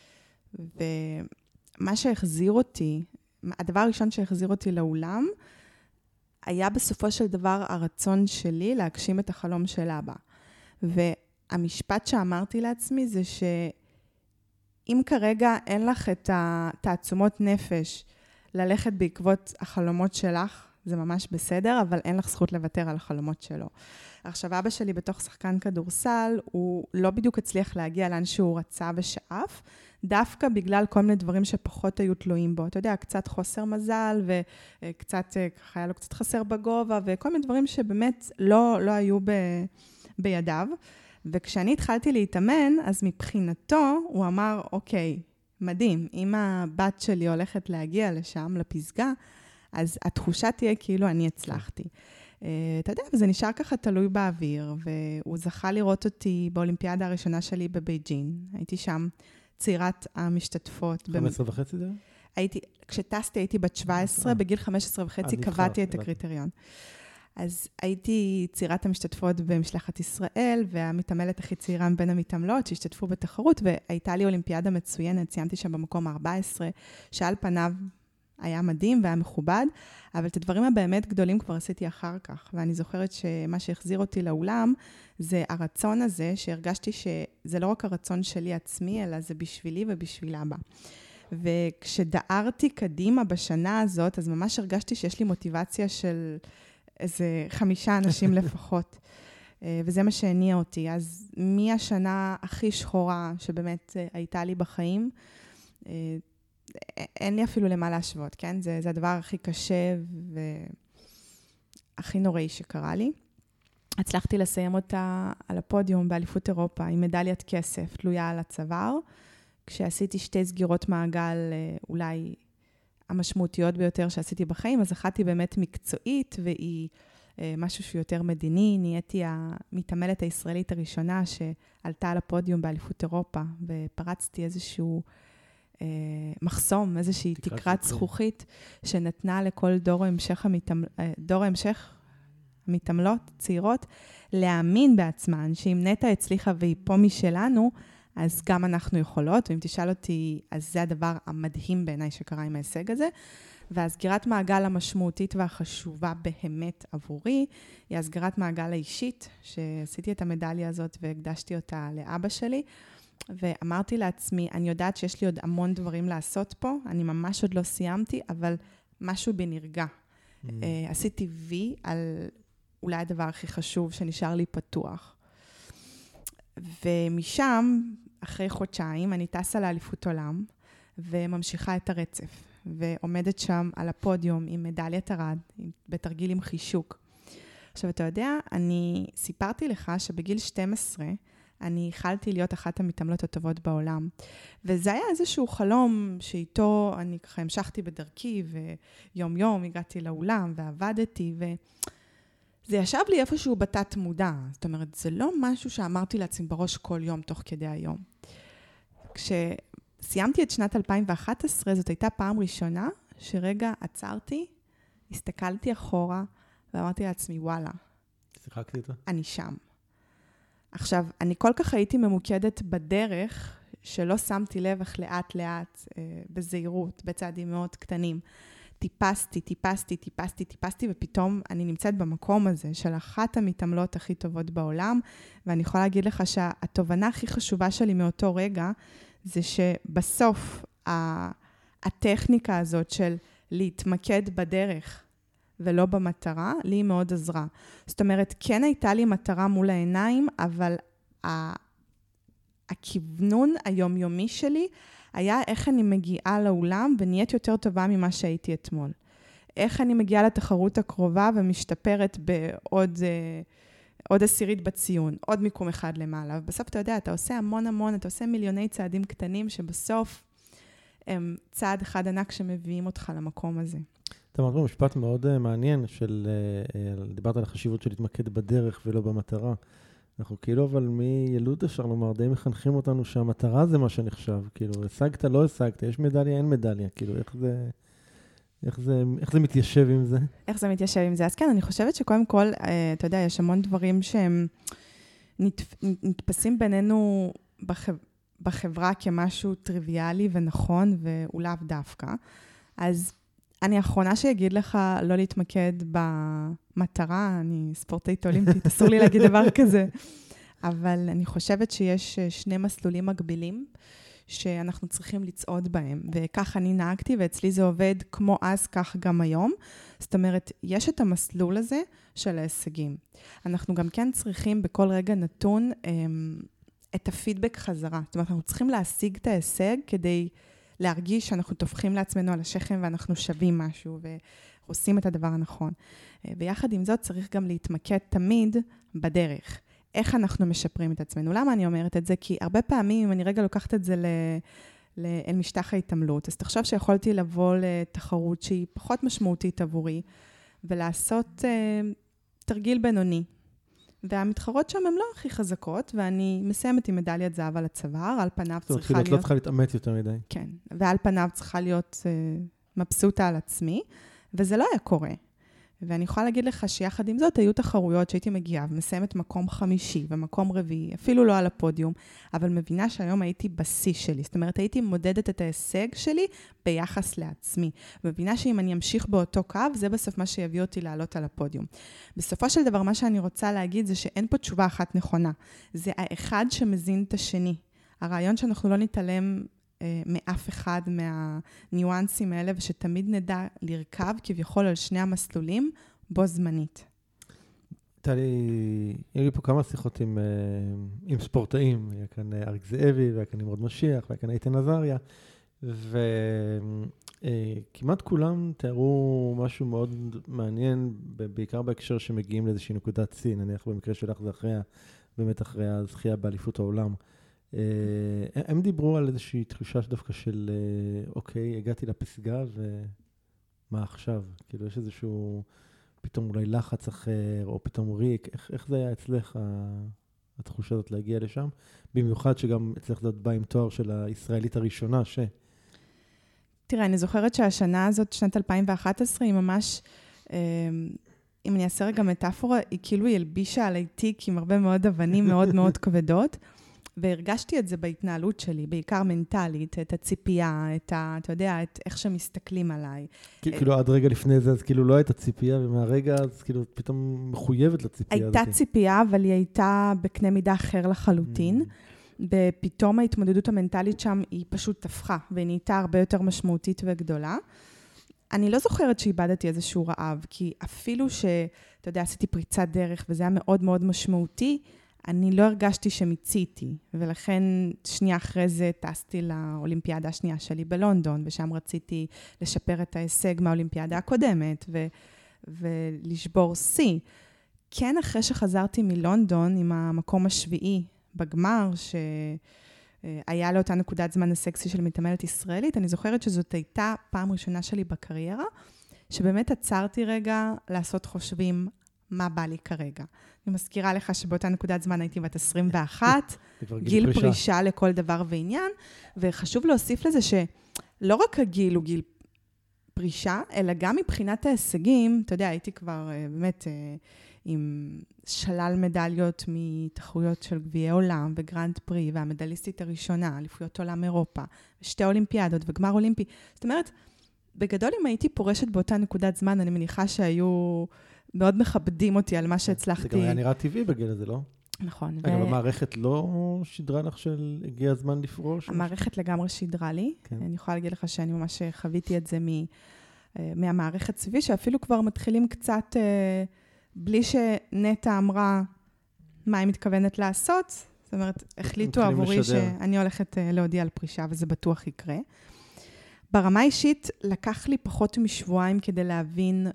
ומה שהחזיר אותי, הדבר הראשון שהחזיר אותי לאולם, היה בסופו של דבר הרצון שלי להגשים את החלום של אבא. והמשפט שאמרתי לעצמי זה שאם כרגע אין לך את התעצומות נפש ללכת בעקבות החלומות שלך, זה ממש בסדר, אבל אין לך זכות לוותר על החלומות שלו. עכשיו, אבא שלי בתוך שחקן כדורסל, הוא לא בדיוק הצליח להגיע לאן שהוא רצה ושאף, דווקא בגלל כל מיני דברים שפחות היו תלויים בו. אתה יודע, קצת חוסר מזל, וקצת, ככה היה לו קצת חסר בגובה, וכל מיני דברים שבאמת לא, לא היו ב, בידיו. וכשאני התחלתי להתאמן, אז מבחינתו הוא אמר, אוקיי, מדהים, אם הבת שלי הולכת להגיע לשם, לפסגה, אז התחושה תהיה כאילו אני הצלחתי. אתה יודע, וזה נשאר ככה תלוי באוויר, והוא זכה לראות אותי באולימפיאדה הראשונה שלי בבייג'ין. הייתי שם צעירת המשתתפות. חמש עשרה וחצי זה? הייתי, כשטסתי הייתי בת שבע עשרה, בגיל חמש עשרה וחצי קבעתי את הקריטריון. אז הייתי צעירת המשתתפות במשלחת ישראל, והמתעמלת הכי צעירה בין המתעמלות שהשתתפו בתחרות, והייתה לי אולימפיאדה מצוינת, סיימתי שם במקום ארבע עשרה, שעל פניו היה מדהים והיה מכובד, אבל את הדברים הבאמת גדולים כבר עשיתי אחר כך, ואני זוכרת שמה שהחזיר אותי לאולם, זה הרצון הזה, שהרגשתי שזה לא רק הרצון שלי עצמי, אלא זה בשבילי ובשביל אבא. וכשדארתי קדימה בשנה הזאת, אז ממש הרגשתי שיש לי מוטיבציה של איזה חמישה אנשים לפחות, וזה מה שהניע אותי. אז מהשנה הכי שחורה שבאמת הייתה לי בחיים, אין לי אפילו למה להשוות, כן? זה, זה הדבר הכי קשה והכי נוראי שקרה לי. הצלחתי לסיים אותה על הפודיום באליפות אירופה עם מדליית כסף תלויה על הצוואר, כשעשיתי שתי סגירות מעגל אולי המשמעותיות ביותר שעשיתי בחיים, אז אחת היא באמת מקצועית והיא משהו שהוא יותר מדיני. נהייתי המתעמלת הישראלית הראשונה שעלתה על הפודיום באליפות אירופה, ופרצתי איזשהו מחסום, איזושהי תקרת זכוכית, שנתנה לכל דור ההמשך, דור ההמשך המתעמלות, צעירות, להאמין בעצמן, שאם נטע הצליחה והיא פה משלנו, אז גם אנחנו יכולות, ואם תשאל אותי, אז זה הדבר המדהים בעיניי שקרה עם ההישג הזה, והסגירת מעגל המשמעותית והחשובה באמת עבורי, היא הסגירת מעגל האישית, שעשיתי את המדליה הזאת והקדשתי אותה לאבא שלי, ואמרתי לעצמי, אני יודעת שיש לי עוד המון דברים לעשות פה, אני ממש עוד לא סיימתי, אבל משהו בי נרגע. Mm. Uh, עשיתי וי על אולי הדבר הכי חשוב שנשאר לי פתוח. ומשם, אחרי חודשיים, אני טסה לאליפות עולם, וממשיכה את הרצף, ועומדת שם על הפודיום עם מדליית ארד, בתרגיל עם חישוק. עכשיו, אתה יודע, אני סיפרתי לך שבגיל שתים עשרה, אני החלתי להיות אחת המתעמלות הטובות בעולם. וזה היה איזשהו חלום שאיתו אני ככה המשכתי בדרכי, ויום יום הגעתי לאולם ועבדתי, זה ישב לי איפשהו בתת מודע. זאת אומרת, זה לא משהו שאמרתי לעצמי בראש כל יום תוך כדי היום. כשסיימתי את שנת אלפיים ואחת עשרה, זאת הייתה פעם ראשונה שרגע עצרתי, הסתכלתי אחורה ואמרתי לעצמי, וואלה. שיחקתי איתה? אני שם. עכשיו, אני כל כך הייתי ממוקדת בדרך, שלא שמתי לב איך לאט לאט, אה, בזהירות, בצעדים מאוד קטנים. טיפסתי, טיפסתי, טיפסתי, טיפסתי, ופתאום אני נמצאת במקום הזה של אחת המתעמלות הכי טובות בעולם, ואני יכולה להגיד לך שהתובנה הכי חשובה שלי מאותו רגע, זה שבסוף הטכניקה הזאת של להתמקד בדרך ולא במטרה, לי מאוד עזרה. זאת אומרת, כן הייתה לי מטרה מול העיניים, אבל הכיוונון היומיומי שלי היה איך אני מגיעה לאולם ונהיית יותר טובה ממה שהייתי אתמול. איך אני מגיעה לתחרות הקרובה ומשתפרת בעוד עוד עשירית בציון, עוד מיקום אחד למעלה. ובסוף אתה יודע, אתה עושה המון המון, אתה עושה מיליוני צעדים קטנים שבסוף הם צעד אחד ענק שמביאים אותך למקום הזה. אתה אמרת משפט מאוד מעניין של, דיברת על החשיבות של להתמקד בדרך ולא במטרה. אנחנו כאילו, אבל מילוד אפשר לומר, די מחנכים אותנו שהמטרה זה מה שנחשב. כאילו, השגת, לא השגת, יש מדליה, אין מדליה. כאילו, איך זה, איך זה, איך זה מתיישב עם זה? איך זה מתיישב עם זה? אז כן, אני חושבת שקודם כל, אתה יודע, יש המון דברים שהם נתפסים בינינו בחברה כמשהו טריוויאלי ונכון, והוא לאו דווקא. אז אני האחרונה שיגיד לך לא להתמקד במטרה, אני ספורטאית אולימפית, אסור לי להגיד דבר כזה. אבל אני חושבת שיש שני מסלולים מקבילים שאנחנו צריכים לצעוד בהם, וכך אני נהגתי, ואצלי זה עובד כמו אז, כך גם היום. זאת אומרת, יש את המסלול הזה של ההישגים. אנחנו גם כן צריכים בכל רגע נתון את הפידבק חזרה. זאת אומרת, אנחנו צריכים להשיג את ההישג כדי להרגיש שאנחנו תופחים לעצמנו על השכם ואנחנו שווים משהו ועושים את הדבר הנכון. ויחד עם זאת צריך גם להתמקד תמיד בדרך. איך אנחנו משפרים את עצמנו. למה אני אומרת את זה? כי הרבה פעמים, אם אני רגע לוקחת את זה אל משטח ההתעמלות, אז תחשוב שיכולתי לבוא לתחרות שהיא פחות משמעותית עבורי, ולעשות תרגיל בינוני. והמתחרות שם הן לא הכי חזקות, ואני מסיימת עם מדליית זהב על הצוואר, על פניו צריכה להיות... את לא צריכה להתאמץ יותר מדי. כן, ועל פניו צריכה להיות מבסוטה על עצמי, וזה לא היה קורה. ואני יכולה להגיד לך שיחד עם זאת, היו תחרויות שהייתי מגיעה, ומסיימת מקום חמישי ומקום רביעי, אפילו לא על הפודיום, אבל מבינה שהיום הייתי בשיא שלי. זאת אומרת, הייתי מודדת את ההישג שלי ביחס לעצמי. מבינה שאם אני אמשיך באותו קו, זה בסוף מה שיביא אותי לעלות על הפודיום. בסופו של דבר, מה שאני רוצה להגיד זה שאין פה תשובה אחת נכונה. זה האחד שמזין את השני. הרעיון שאנחנו לא נתעלם מאף אחד מהניואנסים האלה, ושתמיד נדע לרכב כביכול על שני המסלולים בו זמנית. הייתה לי, היו לי פה כמה שיחות עם, עם ספורטאים, היה כאן אריק זאבי, והיה כאן נמרוד משיח, והיה כאן איתן עזריה, וכמעט כולם תיארו משהו מאוד מעניין, בעיקר בהקשר שמגיעים לאיזושהי נקודת שיא, נניח במקרה שלך זה אחרי, באמת אחרי הזכייה באליפות העולם. הם דיברו על איזושהי תחושה דווקא של, אוקיי, הגעתי לפסגה ומה עכשיו? כאילו, יש איזשהו פתאום אולי לחץ אחר, או פתאום ריק. איך, איך זה היה אצלך, התחושה הזאת להגיע לשם? במיוחד שגם אצלך זאת בא עם תואר של הישראלית הראשונה, ש... תראה, אני זוכרת שהשנה הזאת, שנת אלפיים ואחת עשרה, היא ממש, אם אני אעשה רגע מטאפורה, היא כאילו ילבישה עלי תיק עם הרבה מאוד אבנים מאוד מאוד כבדות, והרגשתי את זה בהתנהלות שלי, בעיקר מנטלית, את הציפייה, את ה, אתה יודע, את איך שמסתכלים עליי. כאילו עד רגע לפני זה, אז כאילו לא הייתה ציפייה, ומהרגע אז כאילו פתאום מחויבת לציפייה. הייתה ציפייה, אבל היא הייתה בקנה מידה אחר לחלוטין. ופתאום ההתמודדות המנטלית שם היא פשוט תפחה, והיא נהייתה הרבה יותר משמעותית וגדולה. אני לא זוכרת שאיבדתי איזשהו רעב, כי אפילו שאתה יודע, עשיתי פריצת דרך, וזה היה מאוד מאוד משמעותי, אני לא הרגשתי שמיציתי, ולכן שנייה אחרי זה טסתי לאולימפיאדה השנייה שלי בלונדון, ושם רציתי לשפר את ההישג מהאולימפיאדה הקודמת, ו- ולשבור שיא. כן, אחרי שחזרתי מלונדון עם המקום השביעי בגמר, שהיה לאותה נקודת זמן הסקסי של מתעמלת ישראלית, אני זוכרת שזאת הייתה פעם ראשונה שלי בקריירה, שבאמת עצרתי רגע לעשות חושבים, מה בא לי כרגע. אני מזכירה לך שבאותה נקודת זמן הייתי בת עשרים ואחת, גיל פרישה. פרישה לכל דבר ועניין, וחשוב להוסיף לזה שלא רק הגיל הוא גיל פרישה, אלא גם מבחינת ההישגים, אתה יודע, הייתי כבר באמת עם שלל מדליות מתחרויות של גביעי עולם וגרנד פרי, והמדליסטית הראשונה, אליפויות עולם אירופה, ושתי אולימפיאדות וגמר אולימפי. זאת אומרת, בגדול אם הייתי פורשת באותה נקודת זמן, אני מניחה שהיו מאוד מכבדים אותי על מה שהצלחתי. זה גם היה נראה טבעי בגיל הזה, לא? נכון. רגע, המערכת לא שידרה לך של הגיע הזמן לפרוש? המערכת לגמרי שידרה לי. אני יכולה להגיד לך שאני ממש חוויתי את זה מהמערכת סביבי, שאפילו כבר מתחילים קצת, בלי שנטה אמרה מה היא מתכוונת לעשות. זאת אומרת, החליטו עבורי שאני הולכת להודיע על פרישה, וזה בטוח יקרה. ברמה אישית, לקח לי פחות משבועיים כדי להבין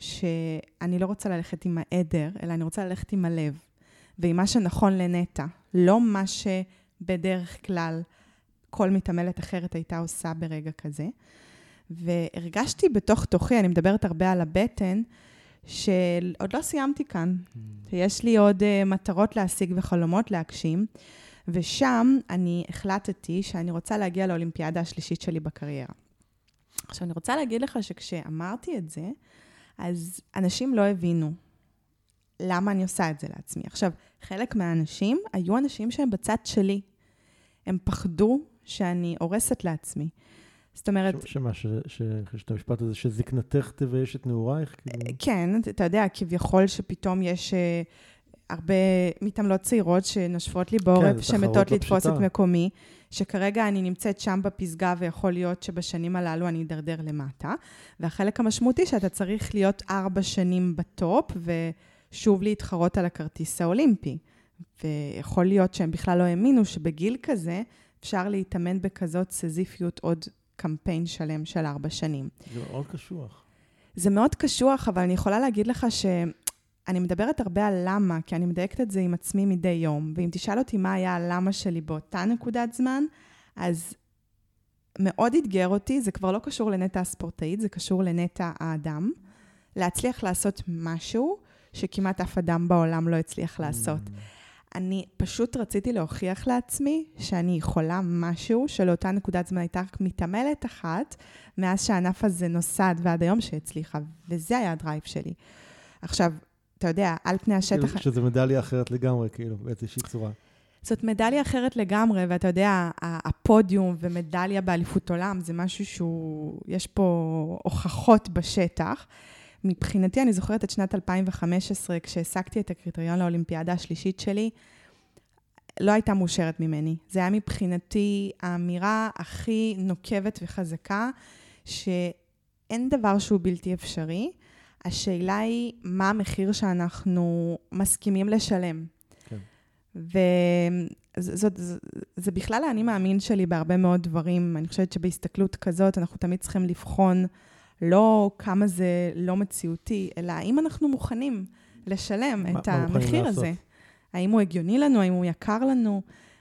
שאני לא רוצה ללכת עם העדר, אלא אני רוצה ללכת עם הלב. ועם מה שנכון לנטה, לא מה שבדרך כלל כל מתעמלת אחרת הייתה עושה ברגע כזה. והרגשתי בתוך תוכי, אני מדברת הרבה על הבטן, שעוד לא סיימתי כאן. יש לי עוד uh, מטרות להשיג וחלומות להגשים, ושם אני החלטתי שאני רוצה להגיע לאולימפיאדה השלישית שלי בקריירה. עכשיו, אני רוצה להגיד לך שכשאמרתי את זה, אז אנשים לא הבינו למה אני עושה את זה לעצמי. עכשיו, חלק מהאנשים היו אנשים שהם בצד שלי. הם פחדו שאני הורסת לעצמי. זאת אומרת... שמה, שאת המשפט הזה, שזקנתך תבייש את נעורייך? כן, אתה יודע, כביכול שפתאום יש הרבה מתעמלות צעירות שנושפות לי בעורף, שמתות לתפוס את מקומי, שכרגע אני נמצאת שם בפסגה, ויכול להיות שבשנים הללו אני אדרדר למטה, והחלק המשמעותי שאתה צריך להיות ארבע שנים בטופ, ושוב להתחרות על הכרטיס האולימפי. ויכול להיות שהם בכלל לא האמינו שבגיל כזה אפשר להתאמן בכזאת סזיפיות עוד קמפיין שלם של ארבע שנים. זה מאוד קשוח. זה מאוד קשוח, אבל אני יכולה להגיד לך שאני מדברת הרבה על למה, כי אני מדייקת את זה עם עצמי מדי יום, ואם תשאל אותי מה היה הלמה שלי באותה נקודת זמן, אז מאוד התגר אותי, זה כבר לא קשור לנטה הספורטאית, זה קשור לנטה האדם, להצליח לעשות משהו שכמעט אף אדם בעולם לא הצליח לעשות. אני פשוט רציתי להוכיח לעצמי שאני יכולה משהו שלאותה נקודת זמן הייתה רק מתעמלת אחת, מאז שהענף הזה נוסד ועד היום שהצליחה, וזה היה הדרייב שלי. עכשיו, אתה יודע, על פני השטח... שזו מדליה אחרת לגמרי, כאילו, באיזושהי צורה. זאת מדליה אחרת לגמרי, ואתה יודע, הפודיום ומדליה באליפות עולם, זה משהו שהוא... יש פה הוכחות בשטח. מבחינתי, אני זוכרת את שנת אלפיים וחמש עשרה, כשהעסקתי את הקריטריון לאולימפיאדה השלישית שלי, לא הייתה מאושרת ממני. זה היה מבחינתי האמירה הכי נוקבת וחזקה, שאין דבר שהוא בלתי אפשרי. השאלה היא, מה המחיר שאנחנו מסכימים לשלם? כן. וזה זה, זה בכלל האני מאמין שלי בהרבה מאוד דברים. אני חושבת שבהסתכלות כזאת, אנחנו תמיד צריכים לבחון לא כמה זה לא מציאותי, אלא האם אנחנו מוכנים לשלם את המחיר הזה. האם הוא הגיוני לנו, האם הוא יקר לנו,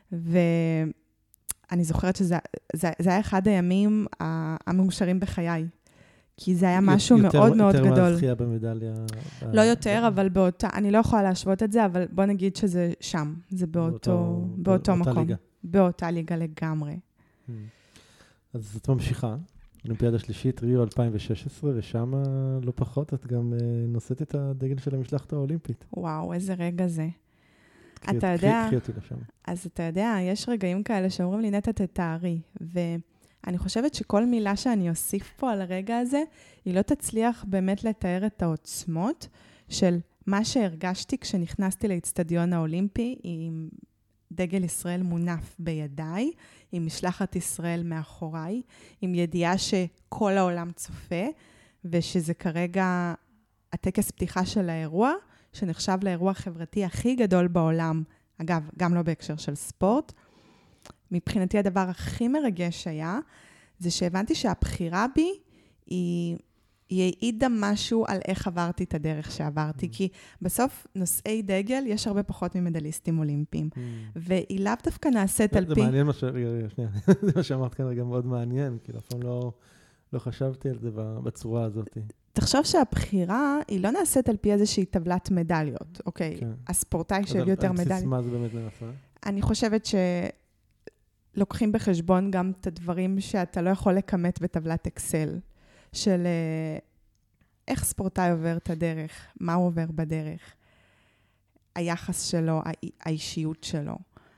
ואני זוכרת שזה זה, זה היה אחד הימים המאושרים בחיי, כי זה היה משהו יותר, מאוד מאוד יותר גדול. יותר מהזכייה במדליה. לא יותר, אבל באותה, אני לא יכולה להשוות את זה, אבל בוא נגיד שזה שם, זה באותו, באותו, באותו מקום. ליגה. באותה ליגה לגמרי. אז את ממשיכה. אולימפיאדה שלישית, ריו אלפיים ושש עשרה, ושם לא פחות, את גם נושאת את הדגל של המשלחת האולימפית. וואו, איזה רגע זה. אתה יודע, קחי אותי לשם. אז אתה יודע, יש רגעים כאלה שאומרים לי, נטע תתארי, ואני חושבת שכל מילה שאני אוסיף פה על הרגע הזה, היא לא תצליח באמת לתאר את העוצמות של מה שהרגשתי כשנכנסתי לאצטדיון האולימפי, עם דגל ישראל מונף בידיי, עם משלחת ישראל מאחוריי, עם ידיעה שכל העולם צופה, ושזה כרגע הטקס פתיחה של האירוע, שנחשב לאירוע החברתי הכי גדול בעולם, אגב, גם לא בהקשר של ספורט. מבחינתי הדבר הכי מרגש היה, זה שהבנתי שהבחירה בי היא... היא העידה משהו על איך עברתי את הדרך שעברתי, כי בסוף נושאי דגל יש הרבה פחות ממדליסטים אולימפיים, והיא לאו דווקא נעשית על פי... זה מעניין מה ש... שנייה, זה מה שאמרת כאן רגע מאוד מעניין, כי לפעמים לא חשבתי על זה בצורה הזאת. תחשוב שהבחירה היא לא נעשית על פי איזושהי טבלת מדליות, אוקיי? כן. הספורטאי של יותר אז על מדליות. בסיס מה זה באמת נעשה? אני חושבת שלוקחים בחשבון גם את הדברים שאתה לא יכול לכמת בטבלת אקסל, של איך ספורטאי עובר את הדרך, מה הוא עובר בדרך, היחס שלו, האישיות שלו.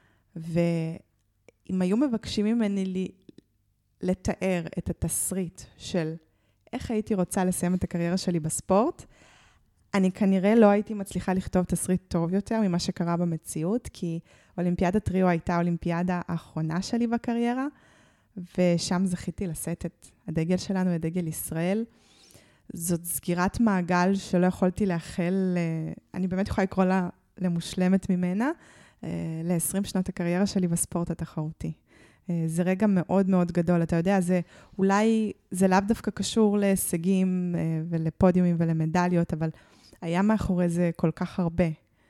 ואם היו מבקשים ממני לי לתאר את התסריט של איך הייתי רוצה לסיים את הקריירה שלי בספורט, אני כנראה לא הייתי מצליחה לכתוב תסריט טוב יותר ממה שקרה במציאות, כי אולימפיאדת ריו הייתה האולימפיאדה האחרונה שלי בקריירה, ושם זכיתי לשאת את הדגל שלנו, את דגל ישראל. זאת סגירת מעגל שלא יכולתי לאחל, אני באמת יכולה לקרוא לה למושלמת ממנה, ל-עשרים שנות הקריירה שלי בספורט התחרותי. זה רגע מאוד מאוד גדול, אתה יודע, זה אולי, זה לאו דווקא קשור להישגים ולפודיומים ולמדליות, אבל היה מאחורי זה כל כך הרבה,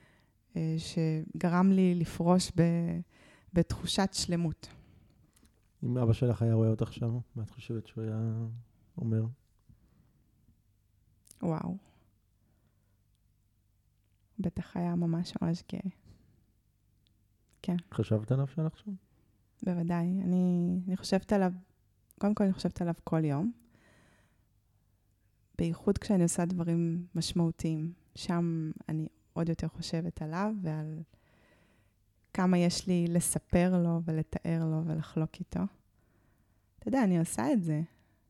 שגרם לי לפרוש בתחושת שלמות. אם אבא שלך היה רואה אותך שם, מה את חושבת שהוא היה אומר? וואו. בטח היה ממש ממש גאה. כן. חשבת עליו שלך שם? בוודאי. אני, אני חושבת עליו, קודם כל אני חושבת עליו כל יום. בייחוד כשאני עושה דברים משמעותיים. שם אני עוד יותר חושבת עליו ועל כמה יש לי לספר לו ולתאר לו ולחלוק איתו. אתה יודע, אני עושה את זה.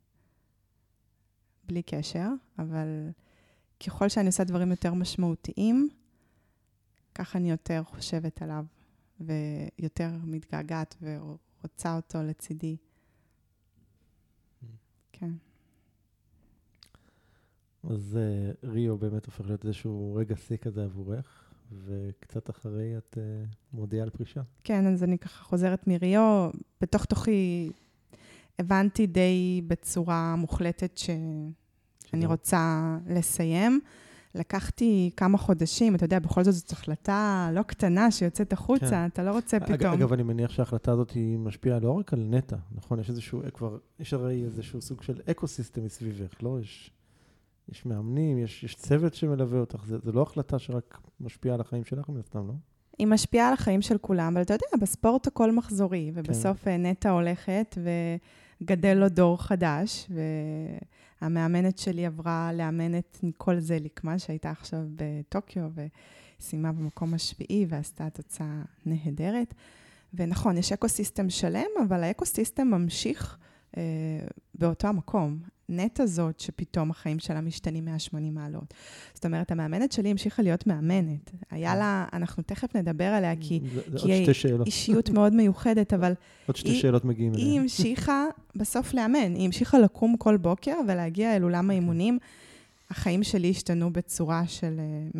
בלי קשר, אבל ככל שאני עושה דברים יותר משמעותיים, ככה אני יותר חושבת עליו, ויותר מתגעגעת ורוצה אותו לצידי. כן. אז uh, ריו באמת הופך להיות איזשהו רגע שיא כזה עבורך, וקצת אחרי את uh, מודיעה על פרישה. כן, אז אני ככה חוזרת מריו, בתוך תוכי הבנתי די בצורה מוחלטת ש... שאני רוצה לסיים. לקחתי כמה חודשים, אתה יודע, בכל זאת זאת החלטה לא קטנה שיוצאת החוצה, כן. אתה לא רוצה פתאום. אגב, אני מניח שההחלטה הזאת היא משפיעה לא רק על נטע, נכון? יש איזשהו, כבר, יש הרי איזשהו סוג של אקוסיסטם מסביבך, לא? יש, יש מאמנים, יש, יש צוות שמלווה אותך, זה, זה לא החלטה שרק משפיעה על החיים שלך, מן הסתם, לא? היא משפיעה על החיים של כולם, אבל אתה יודע, בספורט הכל מחזורי, ובסוף כן. נטע הולכת וגדל לו דור חדש, והמאמנת שלי עברה לאמן את ניקול זליקמן, שהייתה עכשיו בטוקיו, וסיימה במקום השביעי, ועשתה תוצאה נהדרת. ונכון, יש אקוסיסטם שלם, אבל האקוסיסטם ממשיך אה, באותו המקום. נטע זאת שפתאום החיים שלה משתנים מאה ושמונים מעלות. זאת אומרת, המאמנת שלי המשיכה להיות מאמנת. היה לה, אנחנו תכף נדבר עליה, כי, כי היא אישיות מאוד מיוחדת, אבל עוד שתי שאלות מגיעים אליה. היא המשיכה בסוף לאמן. היא המשיכה לקום כל בוקר ולהגיע אל אולם האימונים. החיים שלי השתנו בצורה של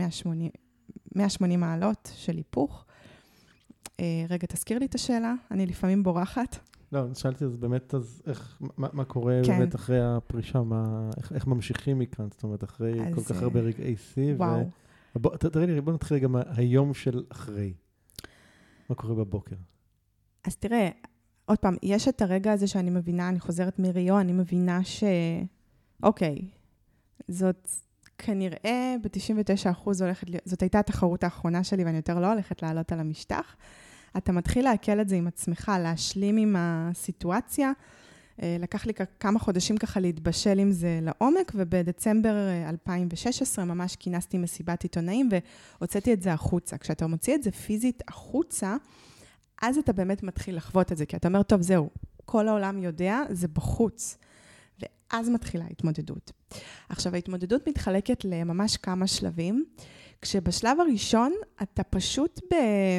מאה ושמונים מעלות של היפוך. רגע, תזכיר לי את השאלה. אני לפעמים בורחת. לא, שאלתי אז באמת, אז איך, מה, מה קורה כן. באמת אחרי הפרישה, מה, איך, איך ממשיכים מכאן, זאת אומרת, אחרי כל כך הרבה רגעי שיא, וואו. ובוא, תראי לי, בוא נתחיל גם היום של אחרי. מה קורה בבוקר? אז תראה, עוד פעם, יש את הרגע הזה שאני מבינה, אני חוזרת מריו, אני מבינה ש... אוקיי, זאת כנראה ב-תשעים ותשעה אחוז הולכת, זאת הייתה התחרות האחרונה שלי, ואני יותר לא הולכת לעלות על המשטח. אתה מתחיל להקל את זה עם עצמך, להשלים עם הסיטואציה. לקח לי כמה חודשים ככה להתבשל עם זה לעומק, ובדצמבר אלפיים ושש עשרה ממש כינסתי מסיבת עיתונאים, והוצאתי את זה החוצה. כשאתה מוציא את זה פיזית החוצה, אז אתה באמת מתחיל לחוות את זה, כי אתה אומר, טוב, זהו, כל העולם יודע, זה בחוץ. ואז מתחילה ההתמודדות. עכשיו, ההתמודדות מתחלקת לממש כמה שלבים, כשבשלב הראשון אתה פשוט ב...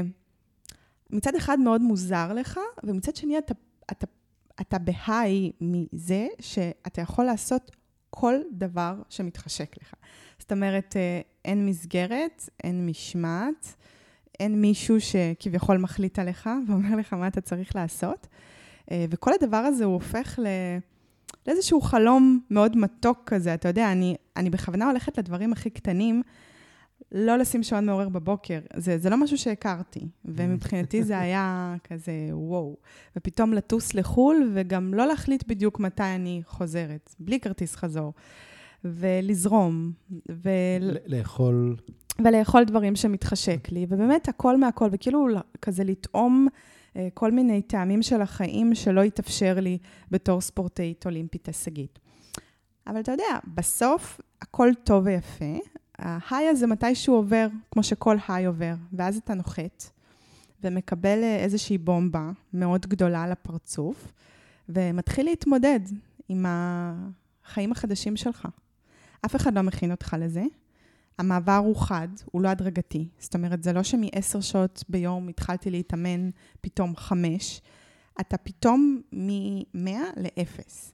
מצד אחד מאוד מוזר לך, ומצד שני אתה, אתה, אתה בהיי מזה שאתה יכול לעשות כל דבר שמתחשק לך. זאת אומרת, אין מסגרת, אין משמעת, אין מישהו שכביכול מחליט עליך ואומר לך מה אתה צריך לעשות. וכל הדבר הזה הוא הופך ל... לאיזשהו חלום מאוד מתוק כזה. אתה יודע, אני, אני בכוונה הולכת לדברים הכי קטנים, לא לשים שעון מעורר בבוקר, זה, זה לא משהו שהכרתי, ומבחינתי זה היה כזה וואו, ופתאום לטוס לחול, וגם לא להחליט בדיוק מתי אני חוזרת, בלי כרטיס חזור. ולזרום, ו... לאכול... ולאכול דברים שמתחשק לי, ובאמת הכל מהכל, וכאילו כזה לטעום כל מיני טעמים של החיים שלא יתאפשר לי בתור ספורטאית אולימפית הישגית. אבל אתה יודע, בסוף הכל טוב ויפה, ההיי הזה מתישהו עובר, כמו שכל היי עובר, ואז אתה נוחת, ומקבל איזושהי בומבה מאוד גדולה על הפרצוף, ומתחיל להתמודד עם החיים החדשים שלך. אף אחד לא מכין אותך לזה. המעבר הוא חד, הוא לא הדרגתי. זאת אומרת, זה לא שמ-עשר שעות ביום התחלתי להתאמן פתאום חמש, אתה פתאום מ-מאה לאפס.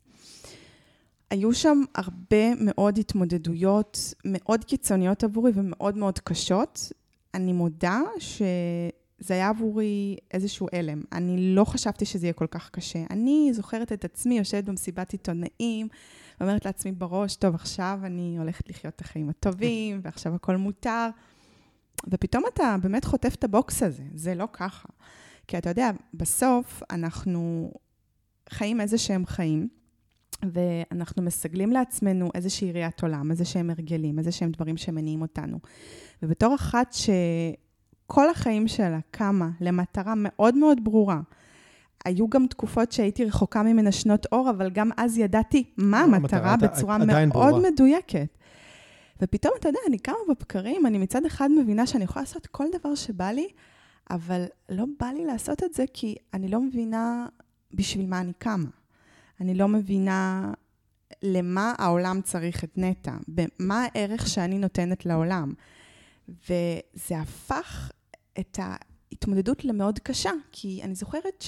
היו שם הרבה מאוד התמודדויות מאוד קיצוניות עבורי ומאוד מאוד קשות. אני מודה שזה היה עבורי איזשהו אלם. אני לא חשבתי שזה יהיה כל כך קשה. אני זוכרת את עצמי, יושבת במסיבת עיתונאים, ואומרת לעצמי בראש, טוב, עכשיו אני הולכת לחיות את החיים הטובים, ועכשיו הכל מותר. ופתאום אתה באמת חוטף את הבוקס הזה. זה לא ככה. כי אתה יודע, בסוף אנחנו חיים איזה שהם חיים, ואנחנו מסגלים לעצמנו איזושהי ראיית עולם, איזה שהם הרגלים, איזה שהם דברים שמניעים אותנו. ובתור אחת שכל החיים שלה קמה למטרה מאוד מאוד ברורה, היו גם תקופות שהייתי רחוקה ממנה שנות אור, אבל גם אז ידעתי מה המטרה בצורה מאוד מדויקת. ופתאום, אתה יודע, אני קמה בבקרים, אני מצד אחד מבינה שאני יכולה לעשות כל דבר שבא לי, אבל לא בא לי לעשות את זה, כי אני לא מבינה בשביל מה אני קמה. אני לא מבינה למה העולם צריך את נטע, במה הערך שאני נותנת לעולם. וזה הפך את ההתמודדות למאוד קשה, כי אני זוכרת ש...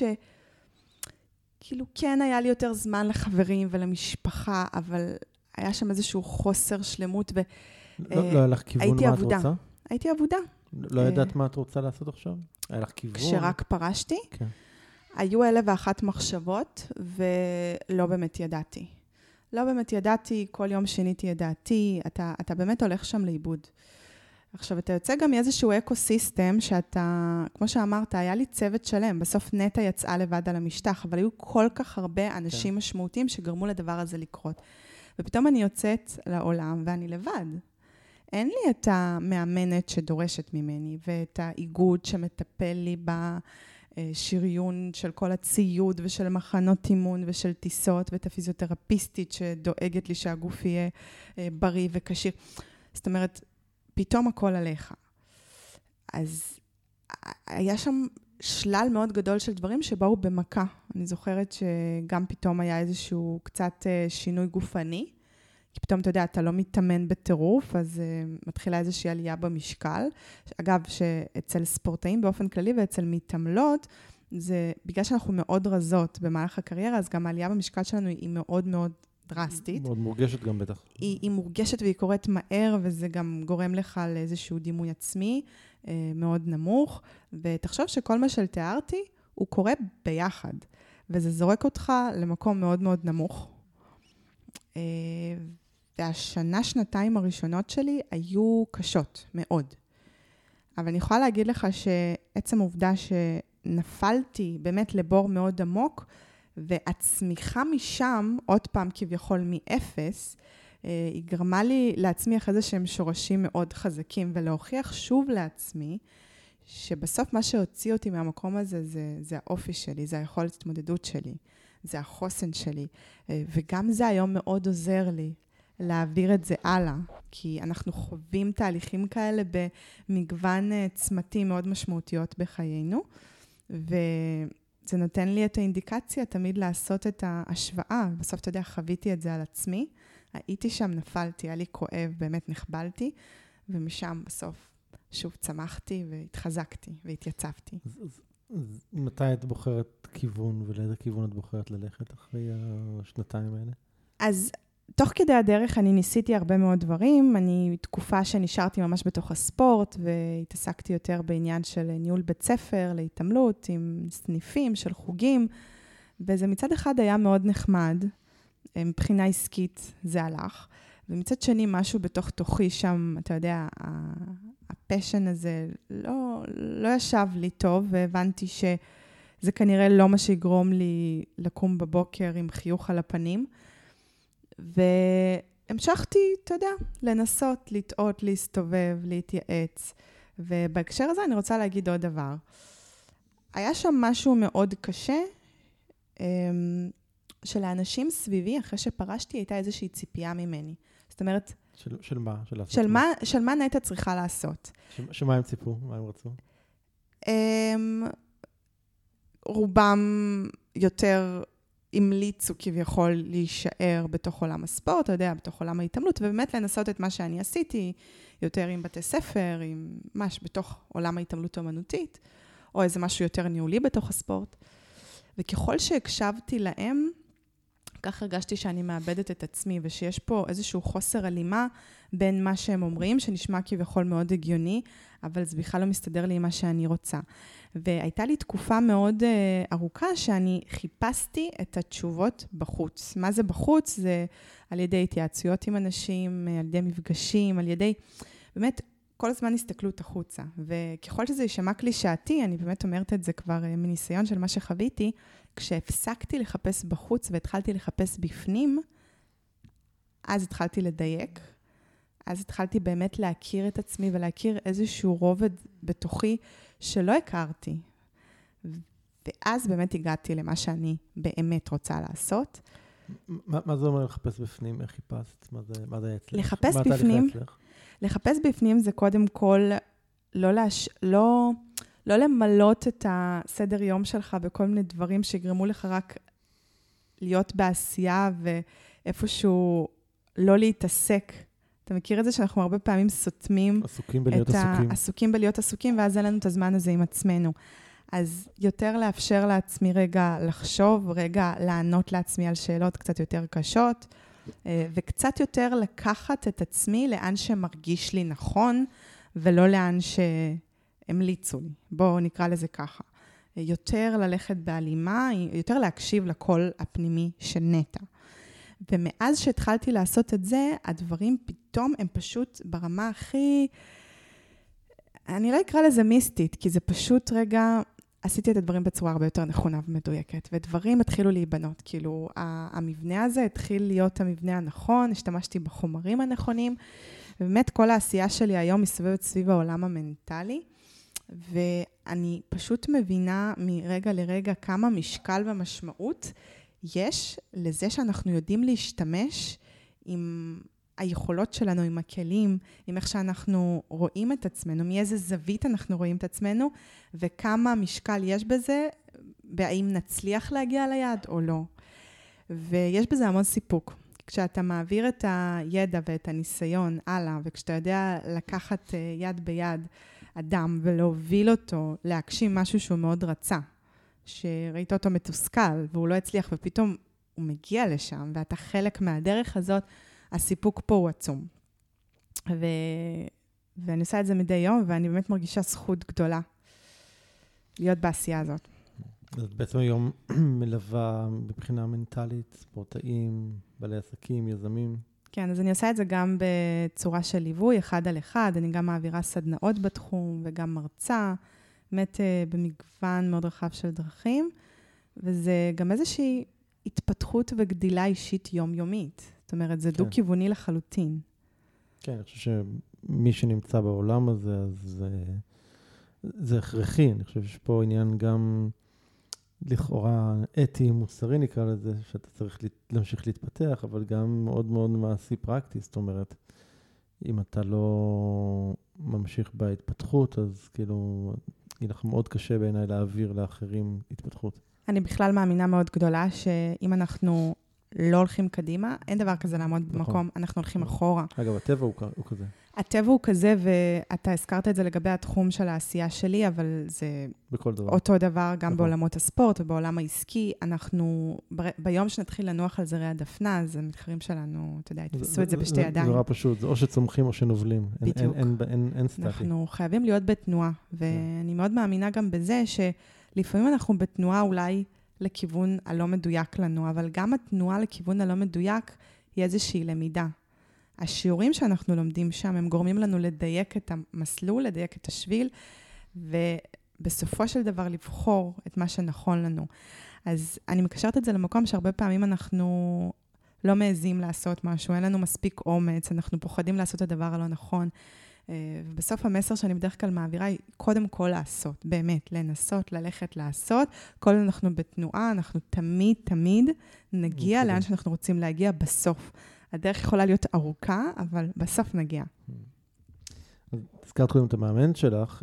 כאילו כן היה לי יותר זמן לחברים ולמשפחה, אבל היה שם איזשהו חוסר שלמות, ו... לא, לא היה לך כיוון מה את רוצה? הייתי עבודה. לא ידעת מה את רוצה לעשות עכשיו? היה לך כיוון? כשרק פרשתי? כן. היו אלה ואחת מחשבות, ולא באמת ידעתי. לא באמת ידעתי, כל יום שיניתי את דעתי, אתה, אתה באמת הולך שם לאיבוד. עכשיו, אתה יוצא גם מאיזשהו אקוסיסטם, שאתה, כמו שאמרת, היה לי צוות שלם, בסוף נטע יצאה לבד על המשטח, אבל היו כל כך הרבה אנשים כן. משמעותיים שגרמו לדבר הזה לקרות. ופתאום אני יוצאת לעולם, ואני לבד. אין לי את המאמנת שדורשת ממני, ואת האיגוד שמטפל לי ב... שריון של כל הציוד ושל מחנות אימון ושל טיסות, ואת הפיזיותרפיסטית שדואגת לי שהגוף יהיה בריא וקשיר. זאת אומרת, פתאום הכל עליך. אז היה שם שלל מאוד גדול של דברים שבאו במכה. אני זוכרת שגם פתאום היה איזשהו קצת שינוי גופני, כי פתאום, אתה יודע, אתה לא מתאמן בטירוף, אז uh, מתחילה איזושהי עלייה במשקל. אגב, שאצל ספורטאים באופן כללי ואצל מתעמלות, זה בגלל שאנחנו מאוד רזות במהלך הקריירה, אז גם העלייה במשקל שלנו היא מאוד מאוד דרסטית. מאוד מורגשת גם בטח. היא, היא מורגשת והיא קורית מהר, וזה גם גורם לך לאיזשהו דימוי עצמי uh, מאוד נמוך. ותחשוב שכל מה שתיארתי, הוא קורה ביחד. וזה זורק אותך למקום מאוד מאוד נמוך. Uh, והשנה, שנתיים הראשונות שלי היו קשות מאוד. אבל אני יכולה להגיד לך שעצם העובדה שנפלתי באמת לבור מאוד עמוק, והצמיחה משם, עוד פעם כביכול מאפס, היא גרמה לי להצמיח איזה שהם שורשים מאוד חזקים, ולהוכיח שוב לעצמי, שבסוף מה שהוציא אותי מהמקום הזה, זה, זה האופי שלי, זה היכולת התמודדות שלי, זה החוסן שלי, וגם זה היום מאוד עוזר לי, להעביר את זה הלאה, כי אנחנו חווים תהליכים כאלה במגוון צמתים מאוד משמעותיות בחיינו, וזה נותן לי את האינדיקציה תמיד לעשות את ההשוואה. בסוף, אתה יודע, חוויתי את זה על עצמי, הייתי שם, נפלתי, היה לי כואב, באמת נחבלתי, ומשם בסוף שוב צמחתי והתחזקתי והתייצבתי. אז, אז, אז מתי את בוחרת כיוון, ולאיזה כיוון את בוחרת ללכת אחרי השנתיים האלה? אז תוך כדי הדרך אני ניסיתי הרבה מאוד דברים, אני תקופה שנשארתי ממש בתוך הספורט, והתעסקתי יותר בעניין של ניהול בית ספר, להתעמלות, עם סניפים של חוגים, וזה מצד אחד היה מאוד נחמד, מבחינה עסקית זה הלך, ומצד שני משהו בתוך תוכי שם, אתה יודע, הפשן הזה לא, לא ישב לי טוב, והבנתי שזה כנראה לא מה שיגרום לי לקום בבוקר עם חיוך על הפנים, המשכתי, אתה יודע, לנסות, לטעות, להסתובב, להתייעץ. ובהקשר הזה אני רוצה להגיד עוד דבר. היה שם משהו מאוד קשה, שלאנשים סביבי, אחרי שפרשתי, הייתה איזושהי ציפייה ממני. זאת אומרת... של, של מה? של, של מה, של מה נטע צריכה לעשות. ש, שמה הם ציפו? מה הם רצו? רובם יותר המליצו כביכול להישאר בתוך עולם הספורט, אתה יודע, בתוך עולם ההתעמלות, ובאמת לנסות את מה שאני עשיתי, יותר עם בתי ספר, עם מש בתוך עולם ההתעמלות האמנותית, או איזה משהו יותר ניהולי בתוך הספורט. וככל שהקשבתי להם, כך הרגשתי שאני מאבדת את עצמי, ושיש פה איזשהו חוסר הלימה בין מה שהם אומרים, שנשמע כביכול מאוד הגיוני, אבל זה בכלל לא מסתדר לי עם מה שאני רוצה. והייתה לי תקופה מאוד uh, ארוכה שאני חיפשתי את התשובות בחוץ. מה זה בחוץ? זה על ידי התייעצויות עם אנשים, על ידי מפגשים, על ידי, באמת, כל הזמן הסתכלות החוצה. וככל שזה יישמע קלישאתי, אני באמת אומרת את זה כבר uh, מניסיון של מה שחוויתי, כשהפסקתי לחפש בחוץ והתחלתי לחפש בפנים, אז התחלתי לדייק. אז התחלתי באמת להכיר את עצמי ולהכיר איזשהו רובד בתוכי שלא הכרתי. ואז באמת הגעתי למה שאני באמת רוצה לעשות. מה, מה זה אומר לחפש בפנים? איך חיפשת? מה זה, מה זה אצלך? לחפש בפנים, לחפש בפנים זה קודם כל לא, להש... לא, לא למלות את הסדר יום שלך בכל מיני דברים שיגרמו לך רק להיות בעשייה ואיפשהו לא להתעסק. אתה מכיר את זה שאנחנו הרבה פעמים סותמים עסוקים בלהיות עסוקים. עסוקים בלהיות עסוקים, ואז אין לנו את הזמן הזה עם עצמנו. אז יותר לאפשר לעצמי רגע לחשוב, רגע לענות לעצמי על שאלות קצת יותר קשות, וקצת יותר לקחת את עצמי לאן שמרגיש לי נכון, ולא לאן שהמליצו לי. בואו נקרא לזה ככה. יותר ללכת בהלימה, יותר להקשיב לקול הפנימי של נטע. ומאז שהתחלתי לעשות את זה, הדברים פתאום הם פשוט ברמה הכי, אני לא אקרא לזה מיסטית, כי זה פשוט רגע, עשיתי את הדברים בצורה הרבה יותר נכונה ומדויקת, ודברים התחילו להיבנות, כאילו המבנה הזה התחיל להיות המבנה הנכון, השתמשתי בחומרים הנכונים, ובאמת כל העשייה שלי היום מסתובבת סביב העולם המנטלי, ואני פשוט מבינה מרגע לרגע כמה משקל ומשמעות, יש לזה שאנחנו יודעים להשתמש עם היכולות שלנו, עם הכלים, עם איך שאנחנו רואים את עצמנו, מאיזה זווית אנחנו רואים את עצמנו, וכמה משקל יש בזה, והאם נצליח להגיע ליעד או לא. ויש בזה המון סיפוק. כשאתה מעביר את הידע ואת הניסיון הלאה, וכשאתה יודע לקחת יד ביד אדם ולהוביל אותו, להגשים משהו שהוא מאוד רצה, שראית אותו מתוסכל, והוא לא הצליח, ופתאום הוא מגיע לשם, ואתה חלק מהדרך הזאת, הסיפוק פה הוא עצום. ו... ואני עושה את זה מדי יום, ואני באמת מרגישה זכות גדולה להיות בעשייה הזאת. אז בעצם היום מלווה מבחינה מנטלית, ספורטאים, בעלי עסקים, יזמים. כן, אז אני עושה את זה גם בצורה של ליווי, אחד על אחד, אני גם מעבירה סדנאות בתחום, וגם מרצה, באמת במגוון מאוד רחב של דרכים, וזה גם איזושהי התפתחות וגדילה אישית יומיומית. זאת אומרת, זה כן. דו-כיווני לחלוטין. כן, אני חושב שמי שנמצא בעולם הזה, אז זה, זה הכרחי. אני חושב שיש פה עניין גם לכאורה אתי, מוסרי נקרא לזה, שאתה צריך להמשיך להתפתח, אבל גם מאוד מאוד מעשי פרקטי. זאת אומרת, אם אתה לא ממשיך בהתפתחות, אז כאילו, יהיה לך מאוד קשה בעיניי להעביר לאחרים התפתחות. אני בכלל מאמינה מאוד גדולה, שאם אנחנו לא הולכים קדימה, אין דבר כזה לעמוד נכון. במקום, אנחנו הולכים נכון. אחורה. אגב, הטבע הוא, הוא כזה. הטבע הוא כזה, ואתה הזכרת את זה לגבי התחום של העשייה שלי, אבל זה בכל דבר. אותו דבר גם נכון. בעולמות הספורט ובעולם העסקי. אנחנו, ב- ביום שנתחיל לנוח על זרי הדפנה, אז המתחרים שלנו, אתה יודע, תפסו את זה בשתי ידיים. זה נורא פשוט, זה או שצומחים או שנובלים. בדיוק. אין, אין, אין, אין, אין סטטי. אנחנו חייבים להיות בתנועה, ואני מאוד מאמינה גם בזה, שלפעמים אנחנו בתנועה אולי לכיוון הלא מדויק לנו, אבל גם התנועה לכיוון הלא מדויק היא איזושהי למידה. השיעורים שאנחנו לומדים שם, הם גורמים לנו לדייק את המסלול, לדייק את השביל, ובסופו של דבר לבחור את מה שנכון לנו. אז אני מקשרת את זה למקום שהרבה פעמים אנחנו לא מעזים לעשות משהו, אין לנו מספיק אומץ, אנחנו פוחדים לעשות את הדבר הלא נכון. ובסוף המסר שאני בדרך כלל מעבירה היא קודם כל לעשות, באמת, לנסות, ללכת לעשות. כל עוד אנחנו בתנועה, אנחנו תמיד, תמיד נגיע לאן שאנחנו רוצים להגיע בסוף. הדרך יכולה להיות ארוכה, אבל בסוף נגיע. הזכרת קודם את המאמן שלך,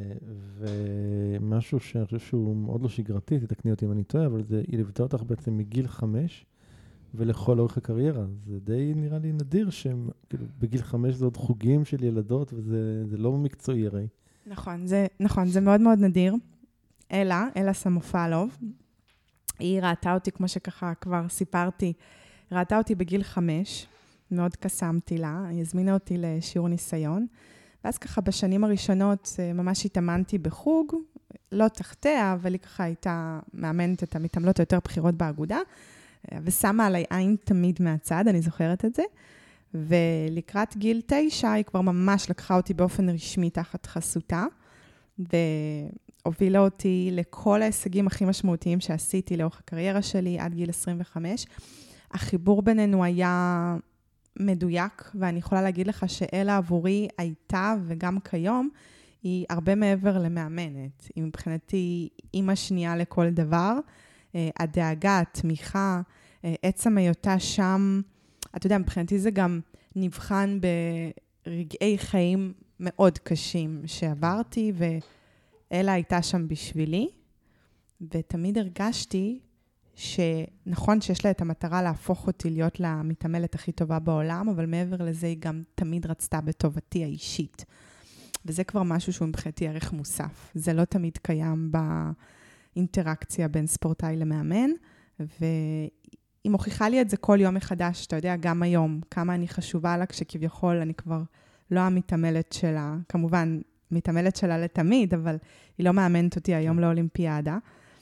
ומשהו שאני חושב שהוא מאוד לא שגרתי, תתקני אותי אם אני טועה, אבל זה, היא ליוותה אותך בעצם מגיל חמש, ולכל אורך הקריירה. זה די נראה לי נדיר שהם, כאילו, בגיל חמש זה עוד חוגים של ילדות, וזה זה לא מקצועי הרי. נכון, זה, נכון, זה מאוד מאוד נדיר. אלה, אלה סמופלוב, היא ראתה אותי, כמו שככה כבר סיפרתי, ראתה אותי בגיל חמש, מאוד קסמתי לה, היא הזמינה אותי לשיעור ניסיון, ואז ככה בשנים הראשונות ממש התאמנתי בחוג, לא תחתיה, אבל היא ככה הייתה מאמנת את המתעמלות היותר בחירות באגודה, ושמה עליי עין תמיד מהצד, אני זוכרת את זה, ולקראת גיל תשע היא כבר ממש לקחה אותי באופן רשמי תחת חסותה, והובילה אותי לכל ההישגים הכי משמעותיים שעשיתי לאורך הקריירה שלי עד גיל עשרים וחמש. החיבור בינינו היה מדויק, ואני יכולה להגיד לך שאלה עבורי הייתה, וגם כיום, היא הרבה מעבר למאמנת. היא מבחינתי אימא שנייה לכל דבר, הדאגה, התמיכה, עצם היותה שם, אתה יודע, מבחינתי זה גם נבחן ברגעי חיים מאוד קשים שעברתי, ואלה הייתה שם בשבילי, ותמיד הרגשתי שנכון שיש לה את המטרה להפוך אותי להיות למתעמלת הכי טובה בעולם, אבל מעבר לזה היא גם תמיד רצתה בטובתי האישית. וזה כבר משהו שהוא מבחינתי ערך מוסף. זה לא תמיד קיים באינטראקציה בין ספורטאי למאמן, והיא מוכיחה לי את זה כל יום מחדש, אתה יודע, גם היום, כמה אני חשובה לה, כשכביכול אני כבר לא המתעמלת שלה, כמובן, מתעמלת שלה לתמיד, אבל היא לא מאמנת אותי היום לאולימפיאדה.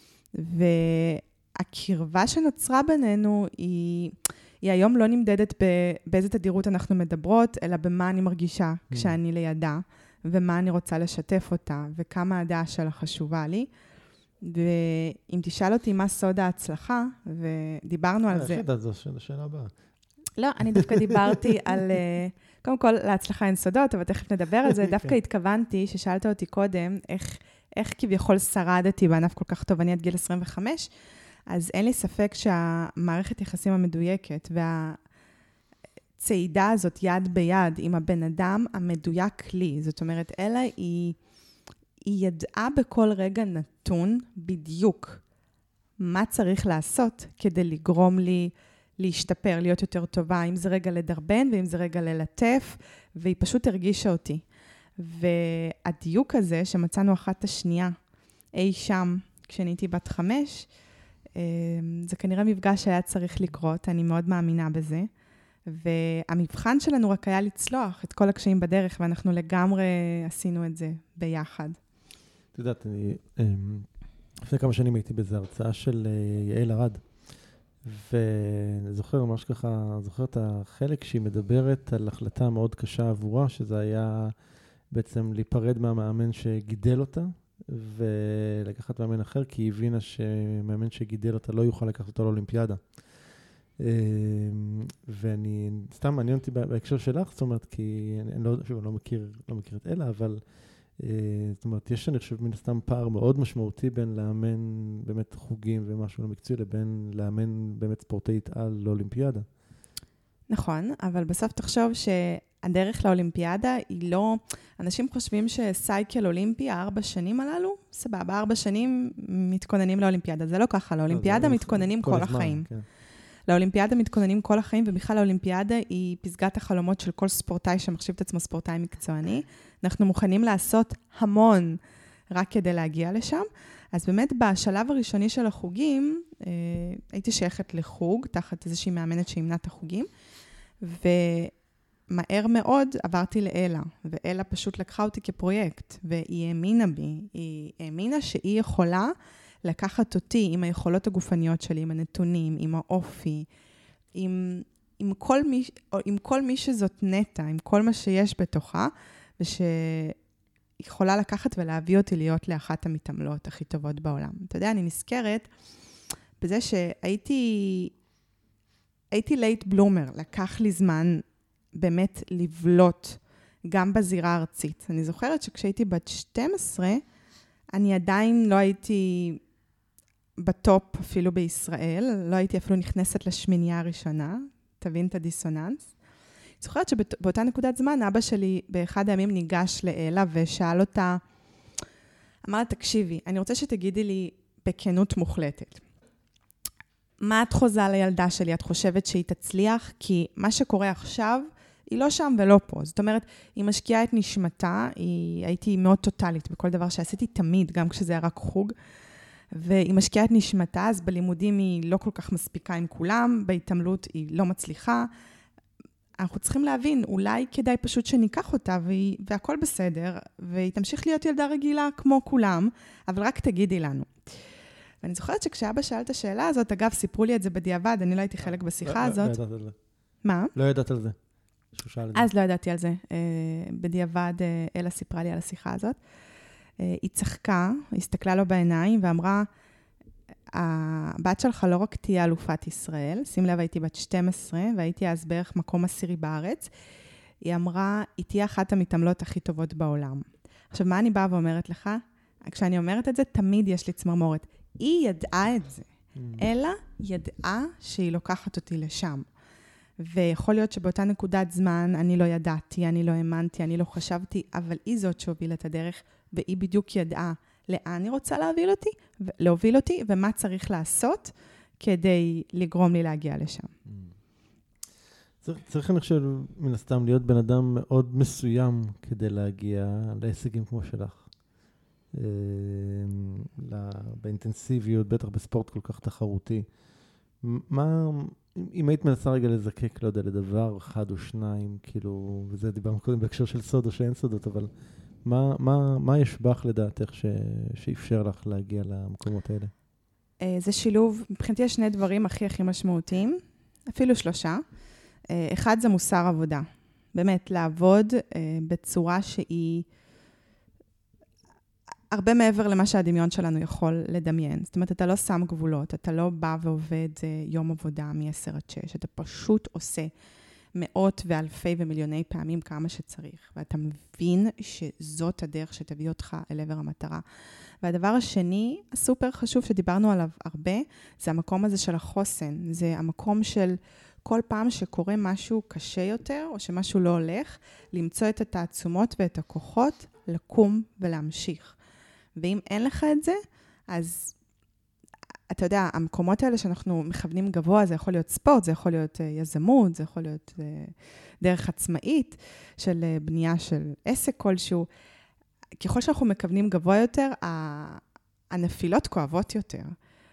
והקרבה שנוצרה בינינו היא, היא היום לא נמדדת באיזה תדירות אנחנו מדברות, אלא במה אני מרגישה כשאני לידה, ומה אני רוצה לשתף אותה, וכמה הדעה שלה חשובה לי. ואם תשאל אותי מה סוד ההצלחה, ודיברנו על זה... יחידה, זו שאלה הבאה. לא, אני דווקא דיברתי על... קודם כל, להצלחה אין סודות, אבל תכף נדבר על זה. דווקא התכוונתי, ששאלת אותי קודם, איך, איך כביכול שרדתי בענף כל כך טוב, אני עד גיל עשרים וחמש, אז אין לי ספק שהמערכת יחסים המדויקת, והצעידה הזאת יד ביד עם הבן אדם המדויק לי, זאת אומרת, אלה היא... היא ידעה בכל רגע נתון בדיוק מה צריך לעשות כדי לגרום לי להשתפר, להיות יותר טובה, אם זה רגע לדרבן ואם זה רגע ללטף, והיא פשוט הרגישה אותי. והדיוק הזה שמצאנו אחת השנייה אי שם, כשאני הייתי בת חמש, זה כנראה מפגש שהיה צריך לקרות, אני מאוד מאמינה בזה, והמבחן שלנו רק היה לצלוח את כל הקשיים בדרך, ואנחנו לגמרי עשינו את זה ביחד. את יודעת, אני, לפני כמה שנים הייתי באיזו הרצאה של יעל ארד, ואני זוכר ממש ככה, זוכר את החלק שהיא מדברת על החלטה מאוד קשה עבורה, שזה היה בעצם להיפרד מהמאמן שגידל אותה, ולקחת מאמן אחר, כי היא הבינה שמאמן שגידל אותה לא יוכל לקחת אותה לאולימפיאדה. ואני, סתם מעניין אותי בהקשר שלך, זאת אומרת, כי אני לא, שוב, אני לא מכיר, לא מכיר את אלה, אבל זאת אומרת, יש, אני חושב, מן הסתם פער מאוד משמעותי בין לאמן באמת חוגים ומשהו למקצועי, לבין לאמן באמת ספורטאית על לאולימפיאדה. נכון, אבל בסוף תחשוב שהדרך לאולימפיאדה היא לא, אנשים חושבים שסייקל אולימפי, הארבע שנים הללו, סבבה, ארבע שנים מתכוננים לאולימפיאדה. זה לא ככה, לאולימפיאדה מתכוננים כל החיים. לאולימפיאדה מתכוננים כל החיים, ובכלל האולימפיאדה היא פסגת החלומות של כל ספורטאי שמחשיב את עצמו ספורטאי מקצועני. אנחנו מוכנים לעשות המון רק כדי להגיע לשם. אז באמת בשלב הראשוני של החוגים, הייתי שייכת לחוג, תחת איזושהי מאמנת שימנה את החוגים, ומהר מאוד עברתי לאלה, ואלה פשוט לקחה אותי כפרויקט, והיא האמינה בי, היא האמינה שהיא יכולה לקחת אותי עם היכולות הגופניות שלי, עם הנתונים, עם האופי, עם, עם, כל מי, עם כל מי שזאת נטה, עם כל מה שיש בתוכה, ושיכולה לקחת ולהביא אותי להיות לאחת המתעמלות הכי טובות בעולם. אתה יודע, אני נזכרת בזה שהייתי הייתי לייט בלומר, לקח לי זמן באמת לבלוט גם בזירה הארצית. אני זוכרת שכשהייתי בת שתים עשרה, אני עדיין לא הייתי בטופ אפילו בישראל, לא הייתי אפילו נכנסת לשמינייה הראשונה, תבין את הדיסוננס. אני זוכרת שבאותה נקודת זמן, אבא שלי באחד הימים ניגש לאלה ושאל אותה, אמר לה, תקשיבי, אני רוצה שתגידי לי בכנות מוחלטת. מה את חוזה לילדה שלי? את חושבת שהיא תצליח? כי מה שקורה עכשיו, היא לא שם ולא פה. זאת אומרת, היא משקיעה את נשמתה, היא, הייתי מאוד טוטלית בכל דבר שעשיתי תמיד, גם כשזה היה רק חוג, והיא משקיעה את נשמתה, אז בלימודים היא לא כל כך מספיקה עם כולם, בהתעמלות היא לא מצליחה. אנחנו צריכים להבין, אולי כדאי פשוט שניקח אותה, והיא, והכל בסדר, והיא תמשיך להיות ילדה רגילה כמו כולם, אבל רק תגידי לנו. ואני זוכרת שכשאבא שאל את השאלה הזאת, אגב, סיפרו לי את זה בדיעבד, אני לא הייתי חלק בשיחה הזאת. לא ידעת על זה. מה? לא ידעת על זה. אז לא ידעתי על זה. בדיעבד, אלה סיפרה לי על השיחה הזאת. היא צחקה, היא הסתכלה לו בעיניים ואמרה, הבת שלך לא רק תהיה אלופת ישראל, שים לב, הייתי בת שתים עשרה, והייתי אז בערך מקום עשירי בארץ. היא אמרה, היא תהיה אחת המתעמלות הכי טובות בעולם. עכשיו, מה אני באה ואומרת לך? כשאני אומרת את זה, תמיד יש לי צמרמורת. היא ידעה את זה, אלא ידעה שהיא לוקחת אותי לשם. ויכול להיות שבאותה נקודת זמן אני לא ידעתי, אני לא האמנתי, אני לא חשבתי, אבל היא זאת שהובילה את הדרך, והיא בדיוק ידעה לאן היא רוצה להוביל אותי, להוביל אותי, ומה צריך לעשות כדי לגרום לי להגיע לשם. צריך, צריך אני חושב, מן הסתם, להיות בן אדם מאוד מסוים כדי להגיע להישגים כמו שלך. באינטנסיביות, בטח בספורט כל כך תחרותי. מה, אם היית מנסה רגע לזקק, לא יודע, לדבר אחד או שניים, כאילו, וזה דיברנו קודם בהקשר של סוד או שאין סודות, אבל מה, מה, מה יש בך לדעתך ש, שאפשר לך להגיע למקומות האלה? זה שילוב, מבחינתי יש שני דברים הכי הכי משמעותיים, אפילו שלושה. אחד זה מוסר עבודה. באמת, לעבוד בצורה שהיא הרבה מעבר למה שהדמיון שלנו יכול לדמיין. זאת אומרת, אתה לא שם גבולות, אתה לא בא ועובד יום עבודה מ-עשר עד שש, אתה פשוט עושה מאות ואלפי ומיליוני פעמים כמה שצריך, ואתה מבין שזאת הדרך שתביא אותך אל עבר המטרה. והדבר השני, הסופר חשוב שדיברנו עליו הרבה, זה המקום הזה של החוסן. זה המקום של כל פעם שקורה משהו קשה יותר, או שמשהו לא הולך, למצוא את התעצומות ואת הכוחות, לקום ולהמשיך. ואם אין לך את זה, אז אתה יודע, המקומות האלה שאנחנו מכוונים גבוה, זה יכול להיות ספורט, זה יכול להיות יזמות, זה יכול להיות דרך עצמאית של בנייה של עסק כלשהו. ככל שאנחנו מכוונים גבוה יותר, הנפילות כואבות יותר.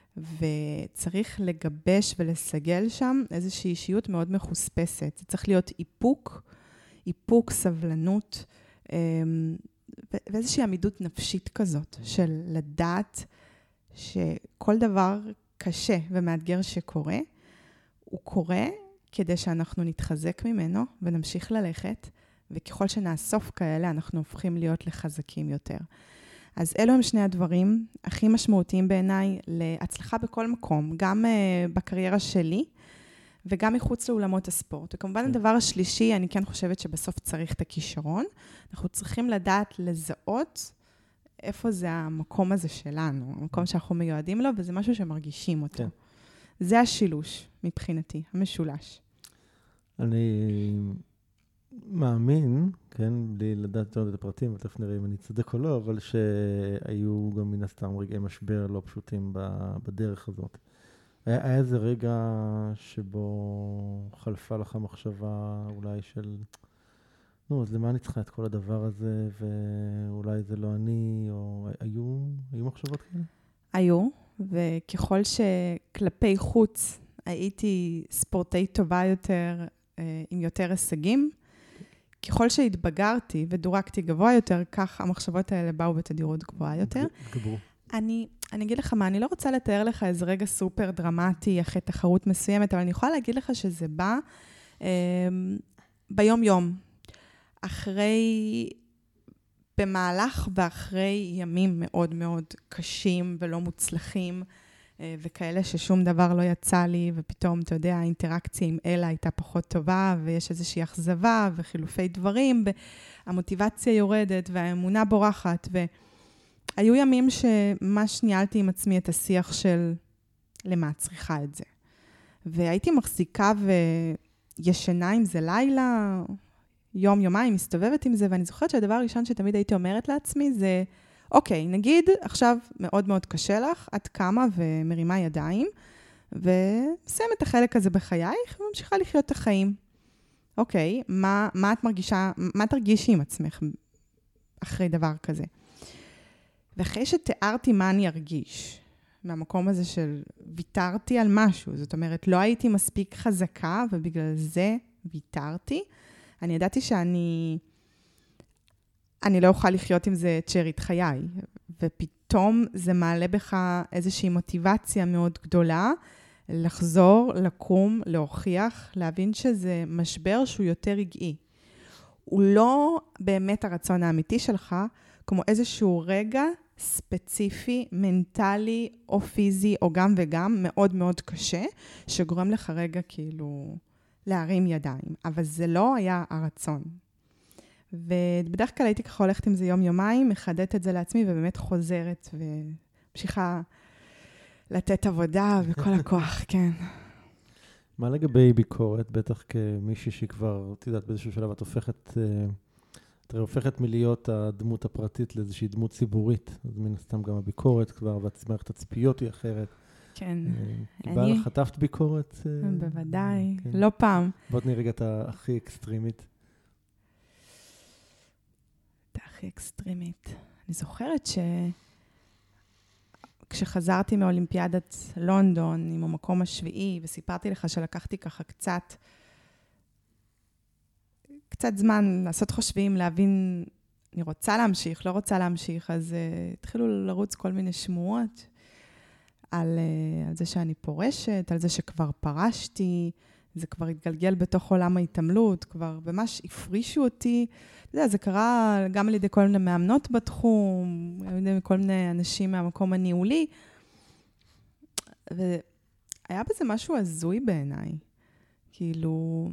וצריך לגבש ולסגל שם איזושהי אישיות מאוד מחוספסת. זה צריך להיות איפוק, איפוק, סבלנות, ואיזושהי עמידות נפשית כזאת, של לדעת שכל דבר קשה ומאתגר שקורה, הוא קורה כדי שאנחנו נתחזק ממנו ונמשיך ללכת, וככל שנאסוף כאלה, אנחנו הופכים להיות לחזקים יותר. אז אלו הם שני הדברים הכי משמעותיים בעיניי להצלחה בכל מקום, גם uh, בקריירה שלי, וגם מחוץ לאולמות הספורט. וכמובן okay. הדבר השלישי, אני כן חושבת שבסוף צריך את הכישרון. אנחנו צריכים לדעת לזהות איפה זה המקום הזה שלנו, המקום שאנחנו מיועדים לו, וזה משהו שמרגישים אותו. Okay. זה השילוש מבחינתי, המשולש. אני מאמין, כן, בלי לדעת את הפרטים, ותכף נראה אם אני צודק או לא, אבל שהיו גם מן הסתם רגעי משבר לא פשוטים בדרך הזאת. היה, היה איזה רגע שבו חלפה לך מחשבה אולי של, נו, אז למה אני צריכה את כל הדבר הזה, ואולי זה לא אני, או היו, היו מחשבות כאלה? היו, וככל שכלפי חוץ הייתי ספורטאית טובה יותר, עם יותר הישגים, ככל שהתבגרתי ודורקתי גבוה יותר, כך המחשבות האלה באו בתדירות גבוהה יותר. גברו. אני, אני אגיד לך מה, אני לא רוצה לתאר לך איזה רגע סופר דרמטי אחרי תחרות מסוימת, אבל אני יכולה להגיד לך שזה בא אה, ביום יום. אחרי, במהלך ואחרי ימים מאוד מאוד קשים ולא מוצלחים, וכאלה ששום דבר לא יצא לי, ופתאום, אתה יודע, האינטראקציה עם אלה הייתה פחות טובה, ויש איזושהי אכזבה וחילופי דברים, והמוטיבציה יורדת, והאמונה בורחת, והיו ימים שממש ניהלתי עם עצמי את השיח של למה צריכה את זה. והייתי מחזיקה וישנה עם זה לילה, יום, יומיים, מסתובבת עם זה, ואני זוכרת שהדבר הראשון שתמיד הייתי אומרת לעצמי זה, אוקיי, נגיד, עכשיו מאוד מאוד קשה לך, את קמה ומרימה ידיים, וסיים את החלק הזה בחייך, וממשיכה לחיות את החיים. אוקיי, מה, מה את מרגישה, מה תרגישי עם עצמך אחרי דבר כזה? ואחרי שתיארתי מה אני ארגיש, מהמקום הזה של ויתרתי על משהו, זאת אומרת, לא הייתי מספיק חזקה, ובגלל זה ויתרתי, אני ידעתי שאני אני לא אוכל לחיות עם זה את שארית חיי, ופתאום זה מעלה בך איזושהי מוטיבציה מאוד גדולה, לחזור, לקום, להוכיח, להבין שזה משבר שהוא יותר רגעי. הוא לא באמת הרצון האמיתי שלך, כמו איזשהו רגע ספציפי, מנטלי או פיזי, או גם וגם, מאוד מאוד קשה, שגורם לך רגע כאילו להרים ידיים. אבל זה לא היה הרצון. ובדרך כלל הייתי ככה הולכת עם זה יום-יומיים, מחדדת את זה לעצמי, ובאמת חוזרת, וממשיכה לתת עבודה וכל הכוח, כן. מה לגבי ביקורת? בטח כמישהי שכבר, את יודעת, באיזשהו שלב את הופכת, את הופכת מלהיות הדמות הפרטית לאיזושהי דמות ציבורית, אז מן הסתם גם הביקורת כבר, ומערכת הצפיות היא אחרת. כן. קיבל, חטפת ביקורת? בוודאי, לא פעם. בוא תני רגע את הכי אקסטרימית. הכי אקסטרימית. אני זוכרת ש... כשחזרתי מאולימפיאדת לונדון עם המקום השביעי, וסיפרתי לך שלקחתי ככה קצת, קצת זמן לעשות חושבים, להבין, אני רוצה להמשיך, לא רוצה להמשיך, אז uh, התחילו לרוץ כל מיני שמועות על, uh, על זה שאני פורשת, על זה שכבר פרשתי, זה כבר התגלגל בתוך עולם ההתעמלות, כבר ממש הפרישו אותי. אתה יודע, זה קרה גם על ידי כל מיני מאמנות בתחום, על ידי כל מיני אנשים מהמקום הניהולי, והיה בזה משהו הזוי בעיניי. כאילו,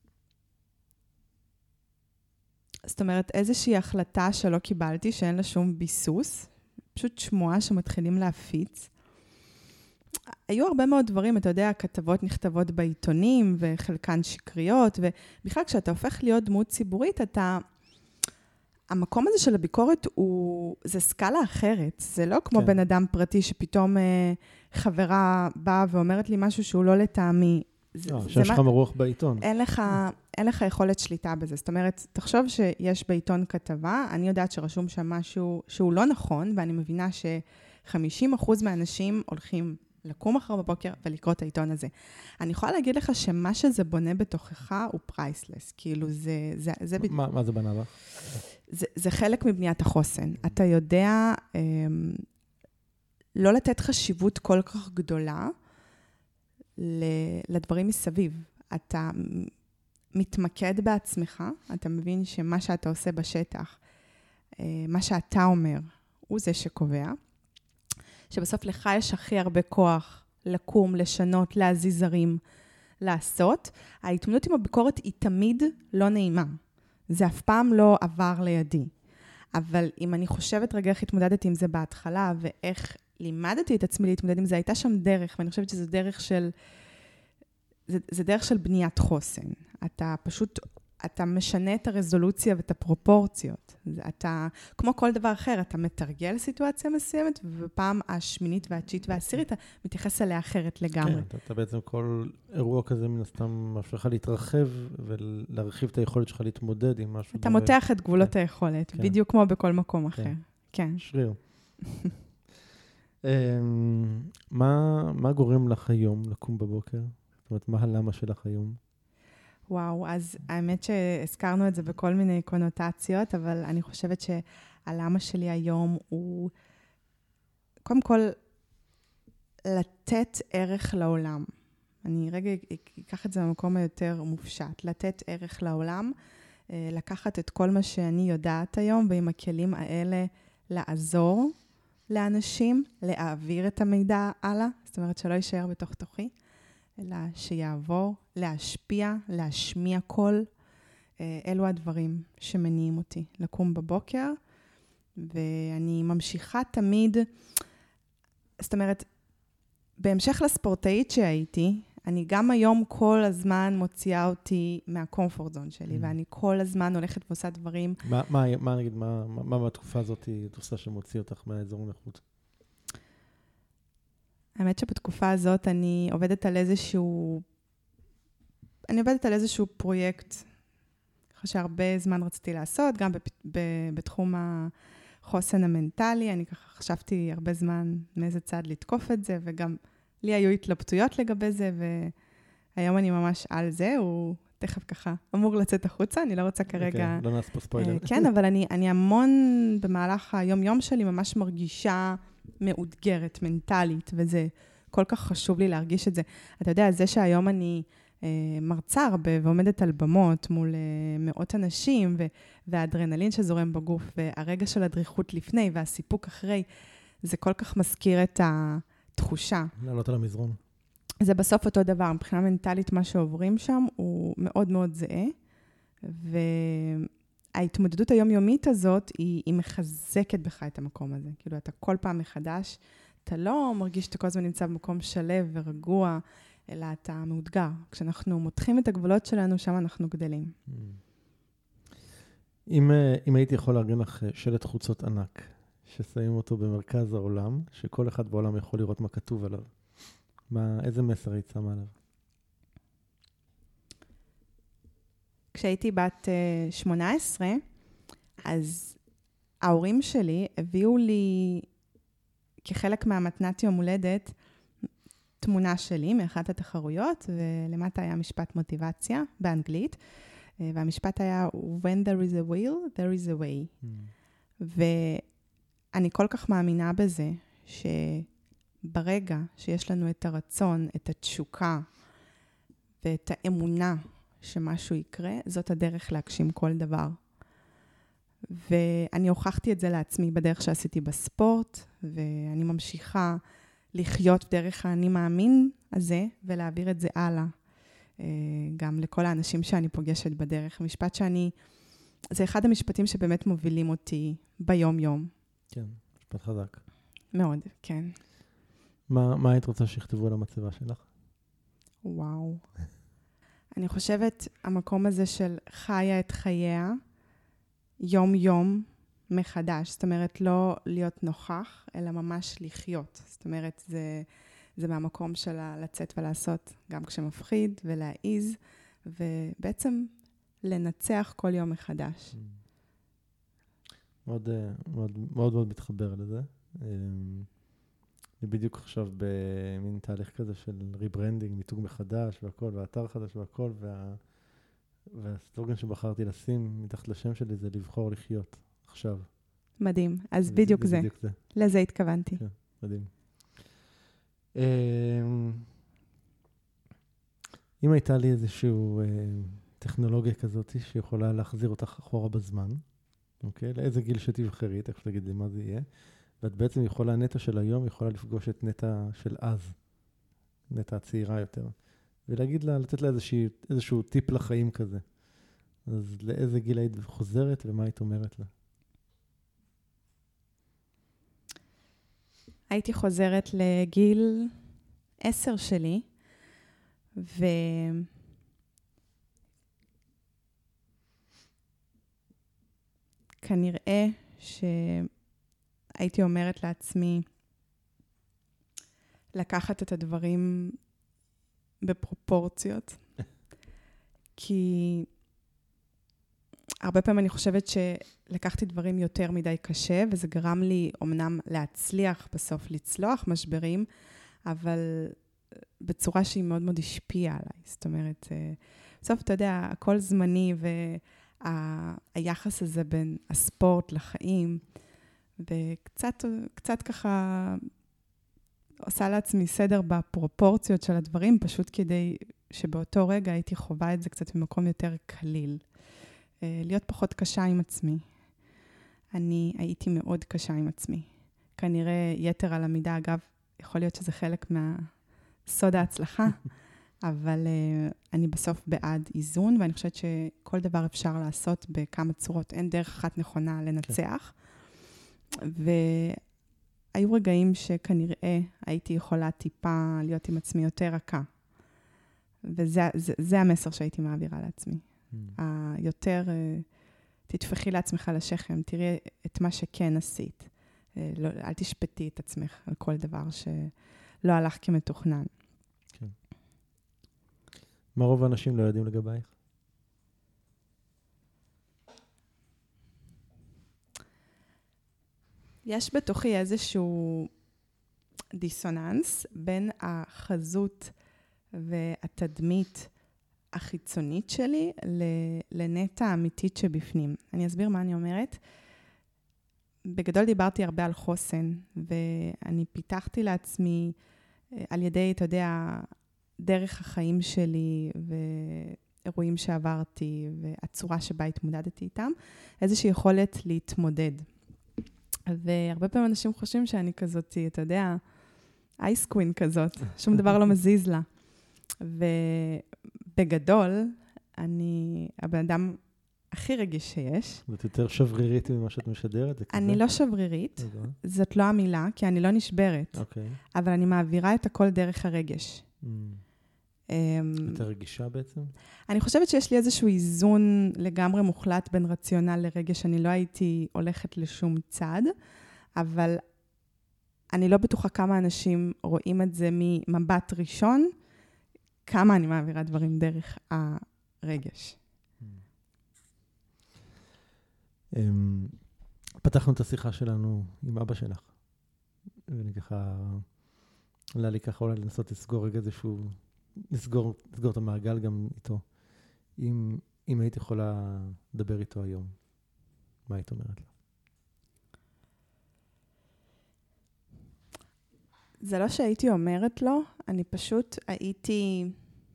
זאת אומרת, איזושהי החלטה שלא קיבלתי, שאין לה שום ביסוס, פשוט שמועה שמתחילים להפיץ. היו הרבה מאוד דברים, אתה יודע, כתבות נכתבות בעיתונים, וחלקן שקריות, ובכלל כשאתה הופך להיות דמות ציבורית, אתה... המקום הזה של הביקורת הוא... זה סקאלה אחרת. זה לא כמו כן. בן אדם פרטי שפתאום אה, חברה באה ואומרת לי משהו שהוא לא לטעמי. לא, שיש לך מרוח בעיתון. אין לך, אין לך יכולת שליטה בזה. זאת אומרת, תחשוב שיש בעיתון כתבה, אני יודעת שרשום שם משהו שהוא לא נכון, ואני מבינה ש-חמישים אחוז מהאנשים הולכים לקום אחר בבוקר ולקרוא את העיתון הזה. אני יכולה להגיד לך שמה שזה בונה בתוכך הוא פרייסלס. כאילו זה... זה, זה מה, מה זה בנה לך? זה, זה חלק מבניית החוסן. אתה יודע אה, לא לתת חשיבות כל כך גדולה לדברים מסביב. אתה מתמקד בעצמך, אתה מבין שמה שאתה עושה בשטח, מה שאתה אומר, הוא זה שקובע, שבסוף לך יש הכי הרבה כוח לקום, לשנות, להזיז זרים, לעשות. ההתמודדות עם הביקורת היא תמיד לא נעימה. זה אף פעם לא עבר לידי. אבל אם אני חושבת רגע איך התמודדתי עם זה בהתחלה, ואיך לימדתי את עצמי להתמודד עם זה, הייתה שם דרך, ואני חושבת שזה דרך של, זה, זה דרך של בניית חוסן. אתה פשוט, אתה משנה את הרזולוציה ואת הפרופורציות. אתה, כמו כל דבר אחר, אתה מתרגל סיטואציה מסוימת, ובפעם השמינית והתשיעית והעשירית, אתה מתייחס אליה אחרת לגמרי. כן, אתה, אתה בעצם כל אירוע כזה מן הסתם מאפשר לך להתרחב, ולהרחיב את היכולת שלך להתמודד עם משהו. אתה מותח את גבולות היכולת, בדיוק כמו בכל מקום אחר. כן. שריר. מה, מה גורם לך היום לקום בבוקר? זאת אומרת, מה הלמה שלך היום? וואו, אז האמת שהזכרנו את זה בכל מיני קונוטציות, אבל אני חושבת שהלמה שלי היום הוא, קודם כל, לתת ערך לעולם. אני רגע אקח את זה במקום היותר מופשט, לתת ערך לעולם, לקחת את כל מה שאני יודעת היום, ועם הכלים האלה לעזור לאנשים, להעביר את המידע הלאה, זאת אומרת שלא יישאר בתוך תוכי, אלא שיעבור, להשפיע, להשמיע קול. אלו הדברים שמניעים אותי לקום בבוקר, ואני ממשיכה תמיד, זאת אומרת, בהמשך לספורטאית שהייתי, אני גם היום כל הזמן מוציאה אותי מהקומפורט זון שלי, mm. ואני כל הזמן הולכת ועושה דברים. מה, מה, מה נגיד, מה, מה בתקופה הזאת את עושה שמוציא אותך מהאזור לחוץ? האמת שבתקופה הזאת אני עובדת על איזשהו, אני עובדת על איזשהו פרויקט, ככה שהרבה זמן רציתי לעשות, גם בתחום החוסן המנטלי, אני ככה חשבתי הרבה זמן מאיזה צד לתקוף את זה, וגם לי היו התלבטויות לגבי זה, והיום אני ממש על זה, הוא תכף ככה אמור לצאת החוצה, אני לא רוצה כרגע... Okay, לא נעשה פה ספוילר. כן, אבל אני, אני המון במהלך היום-יום שלי ממש מרגישה מאותגרת, מנטלית, וזה כל כך חשוב לי להרגיש את זה. אתה יודע, זה שהיום אני אה, מרצה הרבה ועומדת על במות מול אה, מאות אנשים, ו- והאדרנלין שזורם בגוף, והרגע של הדריכות לפני והסיפוק אחרי, זה כל כך מזכיר את התחושה. לעלות על המזרון. זה בסוף אותו דבר, מבחינה מנטלית מה שעוברים שם הוא מאוד מאוד זהה, וההתמודדות היומיומית הזאת היא, היא מחזקת בך את המקום הזה. כאילו אתה כל פעם מחדש, אתה לא מרגיש שאתה כל הזמן נמצא במקום שלב ורגוע, אלא אתה מאותגר. כשאנחנו מותחים את הגבולות שלנו, שם אנחנו גדלים. אם, אם הייתי יכול לארגן לך שלט חוצות ענק, ששמים אותו במרכז העולם, שכל אחד בעולם יכול לראות מה כתוב עליו, מה, איזה מסר היית שמה עליו? כשהייתי בת שמונה עשרה, אז ההורים שלי הביאו לי, כחלק מהמתנת יום הולדת, תמונה שלי מאחת התחרויות, ולמטה היה משפט מוטיבציה באנגלית, והמשפט היה, When there is a will, there is a way. Mm. ואני כל כך מאמינה בזה, שברגע שיש לנו את הרצון, את התשוקה, ואת האמונה שמשהו יקרה, זאת הדרך להגשים כל דבר. ואני הוכחתי את זה לעצמי בדרך שעשיתי בספורט, ואני ממשיכה לחיות דרך האני מאמין הזה, ולהעביר את זה הלאה. גם לכל האנשים שאני פוגשת בדרך. המשפט שאני, זה אחד המשפטים שבאמת מובילים אותי ביום-יום. כן, משפט חזק. מאוד, כן. מה, מה היית רוצה שיכתבו על המצבה שלך? וואו. אני חושבת, המקום הזה של חיה את חייה, יום-יום מחדש. זאת אומרת, לא להיות נוכח, אלא ממש לחיות. זאת אומרת, זה, זה מהמקום של לצאת ולעשות, גם כשמפחיד, ולהעיז, ובעצם לנצח כל יום מחדש. מאוד, מאוד, מאוד, מאוד מתחבר לזה. אני בדיוק עכשיו במין תהליך כזה של ריברנדינג, מיתוג מחדש והכל, והאתר חדש והכל, וה... והסלוגן שבחרתי לשים מתחת לשם שלי זה לבחור לחיות, עכשיו. מדהים, אז בדיוק זה. בדיוק זה. לזה התכוונתי. כן, מדהים. אם הייתה לי איזושהי טכנולוגיה כזאת שיכולה להחזיר אותך אחורה בזמן, אוקיי? לאיזה גיל שתבחרי, תכף תגיד לי מה זה יהיה, ואת בעצם יכולה, נטע של היום יכולה לפגוש את נטע של אז, נטע הצעירה יותר. ולהגיד לה, לתת לה איזושהי, איזשהו טיפ לחיים כזה. אז לאיזה גיל היית חוזרת ומה היית אומרת לה? הייתי חוזרת לגיל עשר שלי, וכנראה שהייתי אומרת לעצמי לקחת את הדברים בפרופורציות, כי הרבה פעמים אני חושבת שלקחתי דברים יותר מדי קשה, וזה גרם לי אומנם להצליח בסוף לצלוח משברים, אבל בצורה שהיא מאוד מאוד השפיעה עליי. זאת אומרת, בסוף אתה יודע, הכל זמני, והיחס הזה בין הספורט לחיים, וקצת קצת ככה עושה לעצמי סדר בפרופורציות של הדברים, פשוט כדי שבאותו רגע הייתי חווה את זה קצת במקום יותר קליל. להיות פחות קשה עם עצמי. אני הייתי מאוד קשה עם עצמי. כנראה יתר על המידה, אגב, יכול להיות שזה חלק מהסוד ההצלחה, אבל uh, אני בסוף בעד איזון, ואני חושבת שכל דבר אפשר לעשות בכמה צורות. אין דרך אחת נכונה לנצח. והיו רגעים שכנראה הייתי יכולה טיפה להיות עם עצמי יותר רכה. וזה זה, זה המסר שהייתי מעבירה לעצמי. Mm. היותר, uh, תתפחי לעצמך לשכם, תראי את מה שכן עשית. Uh, לא, אל תשפטי את עצמך על כל דבר שלא הלך כמתוכנן. כן. מה רוב האנשים לא יודעים לגבייך? יש בתוכי איזשהו דיסוננס בין החזות והתדמית החיצונית שלי לנטע האמיתית שבפנים. אני אסביר מה אני אומרת. בגדול דיברתי הרבה על חוסן, ואני פיתחתי לעצמי על ידי, אתה יודע, דרך החיים שלי ואירועים שעברתי והצורה שבה התמודדתי איתם, איזושהי יכולת להתמודד. והרבה פעמים אנשים חושבים שאני כזאת, אתה יודע, אייס קווין כזאת, שום דבר לא מזיז לה. ובגדול, אני הבן אדם הכי רגיש שיש. זאת יותר שברירית ממה שאת משדרת? אני לא שברירית, זאת לא המילה, כי אני לא נשברת. אוקיי. אבל אני מעבירה את הכל דרך הרגש. יותר רגישה בעצם? אני חושבת שיש לי איזשהו איזון לגמרי מוחלט בין רציונל לרגש. אני לא הייתי הולכת לשום צד, אבל אני לא בטוחה כמה אנשים רואים את זה ממבט ראשון, כמה אני מעבירה דברים דרך הרגש. פתחנו את השיחה שלנו עם אבא שלך, ואני ככה, עלה לי ככה אולי לנסות לסגור רגע איזשהו, לסגור, לסגור את המעגל גם איתו. אם, אם היית יכולה לדבר איתו היום, מה היית אומרת לו? זה לא שהייתי אומרת לו, אני פשוט הייתי,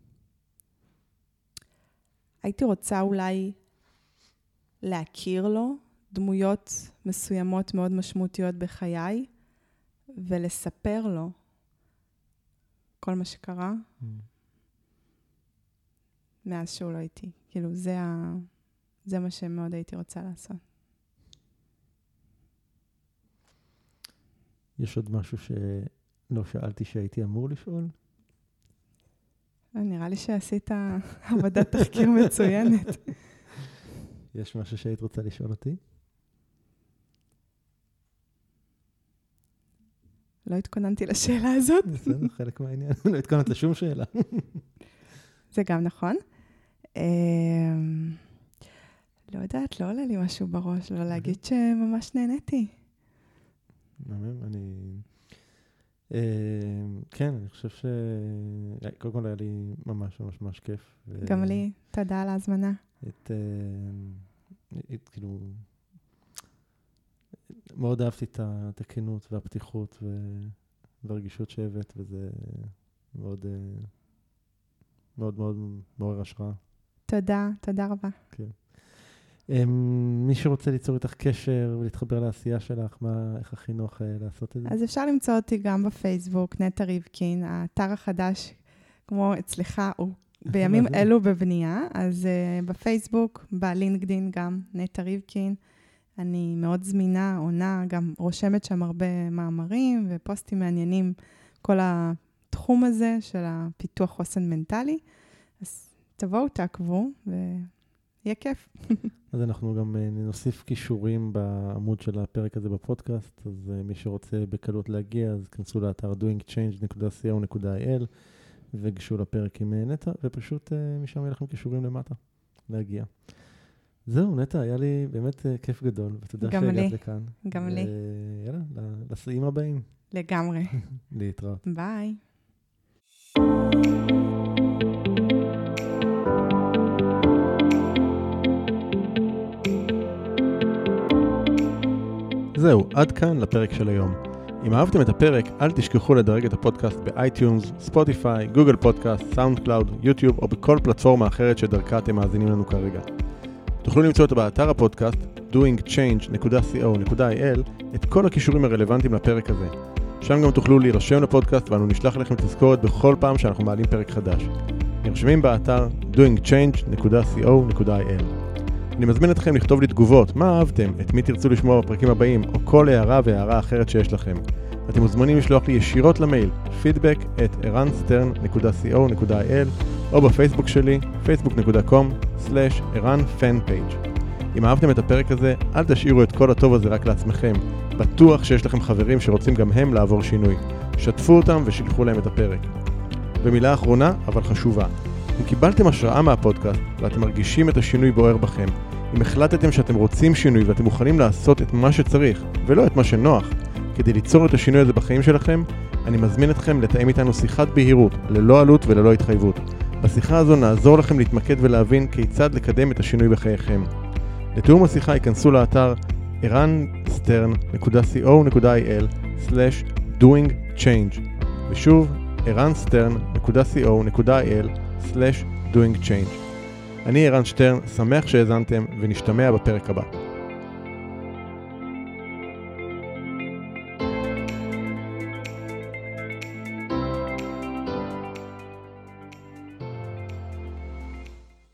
הייתי רוצה אולי להכיר לו דמויות מסוימות מאוד משמעותיות בחיי, ולספר לו כל מה שקרה, mm. מאז שהוא לא איתי. כאילו, זה, ה... זה מה שמאוד הייתי רוצה לעשות. יש עוד משהו שלא שאלתי שהייתי אמור לשאול? נראה לי שעשית עבודת תחקיר מצוינת. יש משהו שהיית רוצה לשאול אותי? לא התכוננתי לשאלה הזאת. בסדר, חלק מהעניין. לא התכוננת לשום שאלה. זה גם נכון. לא יודעת, לא עולה לי משהו בראש, לא להגיד שממש נהניתי. אני... כן, אני חושב ש... קודם כל היה לי ממש ממש ממש כיף. גם לי, תודה על ההזמנה. את... כאילו... מאוד אהבתי את הכנות והפתיחות והרגישות שהבאת, וזה מאוד מאוד מאוד מעורר השראה. תודה, תודה רבה. כן. מי שרוצה ליצור איתך קשר ולהתחבר לעשייה שלך, מה, איך הכי נוח לעשות את זה? אז אפשר למצוא אותי גם בפייסבוק, נטע ריבקין, האתר החדש, כמו אצלך, הוא בימים אלו בבנייה, אז בפייסבוק, בלינקדין גם, נטע ריבקין, אני מאוד זמינה, עונה, גם רושמת שם הרבה מאמרים ופוסטים מעניינים, כל התחום הזה של הפיתוח חוסן מנטלי. אז תבואו, תעקבו, ויהיה כיף. אז אנחנו גם נוסיף קישורים בעמוד של הפרק הזה בפודקאסט, אז מי שרוצה בקלות להגיע, אז כנסו לאתר doing change דוט co דוט il, וגשו לפרק עם נטע, ופשוט משם יהיה לכם קישורים למטה להגיע. זהו, נטע, היה לי באמת כיף גדול, ותודה שהגעת לכאן. גם לי. יאללה, לסעים הבאים. לגמרי. להתראות. ביי. זהו, עד כאן לפרק של היום. אם אהבתם את הפרק, אל תשכחו לדרג את הפודקאסט באייטיונס, ספוטיפיי, גוגל פודקאסט, סאונד קלאוד, יוטיוב או בכל פלטפורמה אחרת שדרכה אתם מאזינים לנו כרגע. תוכלו למצוא אותה באתר הפודקאסט doing change דוט co דוט il את כל הכישורים הרלוונטיים לפרק הזה. שם גם תוכלו להירשם לפודקאסט ואנו נשלח לכם תזכורת בכל פעם שאנחנו מעלים פרק חדש. נרשמים באתר doing change דוט co דוט il. אני מזמין אתכם לכתוב לי תגובות, מה אהבתם, את מי תרצו לשמוע בפרקים הבאים, או כל הערה והערה אחרת שיש לכם. אתם מוזמנים לשלוח לי ישירות למייל פידבק את ערן סטרן דוט co דוט il או בפייסבוק שלי פייסבוק דוט קום סלאש ערן פן פייג'. אם אהבתם את הפרק הזה, אל תשאירו את כל הטוב הזה רק לעצמכם. בטוח שיש לכם חברים שרוצים גם הם לעבור שינוי. שתפו אותם ושילחו להם את הפרק. במילה אחרונה, אבל חשובה. אם קיבלתם השראה מהפודקאסט ואתם מרגישים את השינוי בוער בכם, אם החלטתם שאתם רוצים שינוי ואתם מוכנים לעשות את מה שצריך ולא את מה שנוח, כדי ליצור את השינוי הזה בחיים שלכם, אני מזמין אתכם לתאם איתנו שיחת בהירות, ללא עלות וללא התחייבות. בשיחה הזו נעזור לכם להתמקד ולהבין כיצד לקדם את השינוי בחייכם. לתיאום השיחה ייכנסו לאתר ערן סטרן דוט co דוט il סלאש doing change ושוב ערן סטרן דוט co דוט il סלאש doing change. אני ערן שטרן, שמח שהאזנתם ונשתמע בפרק הבא.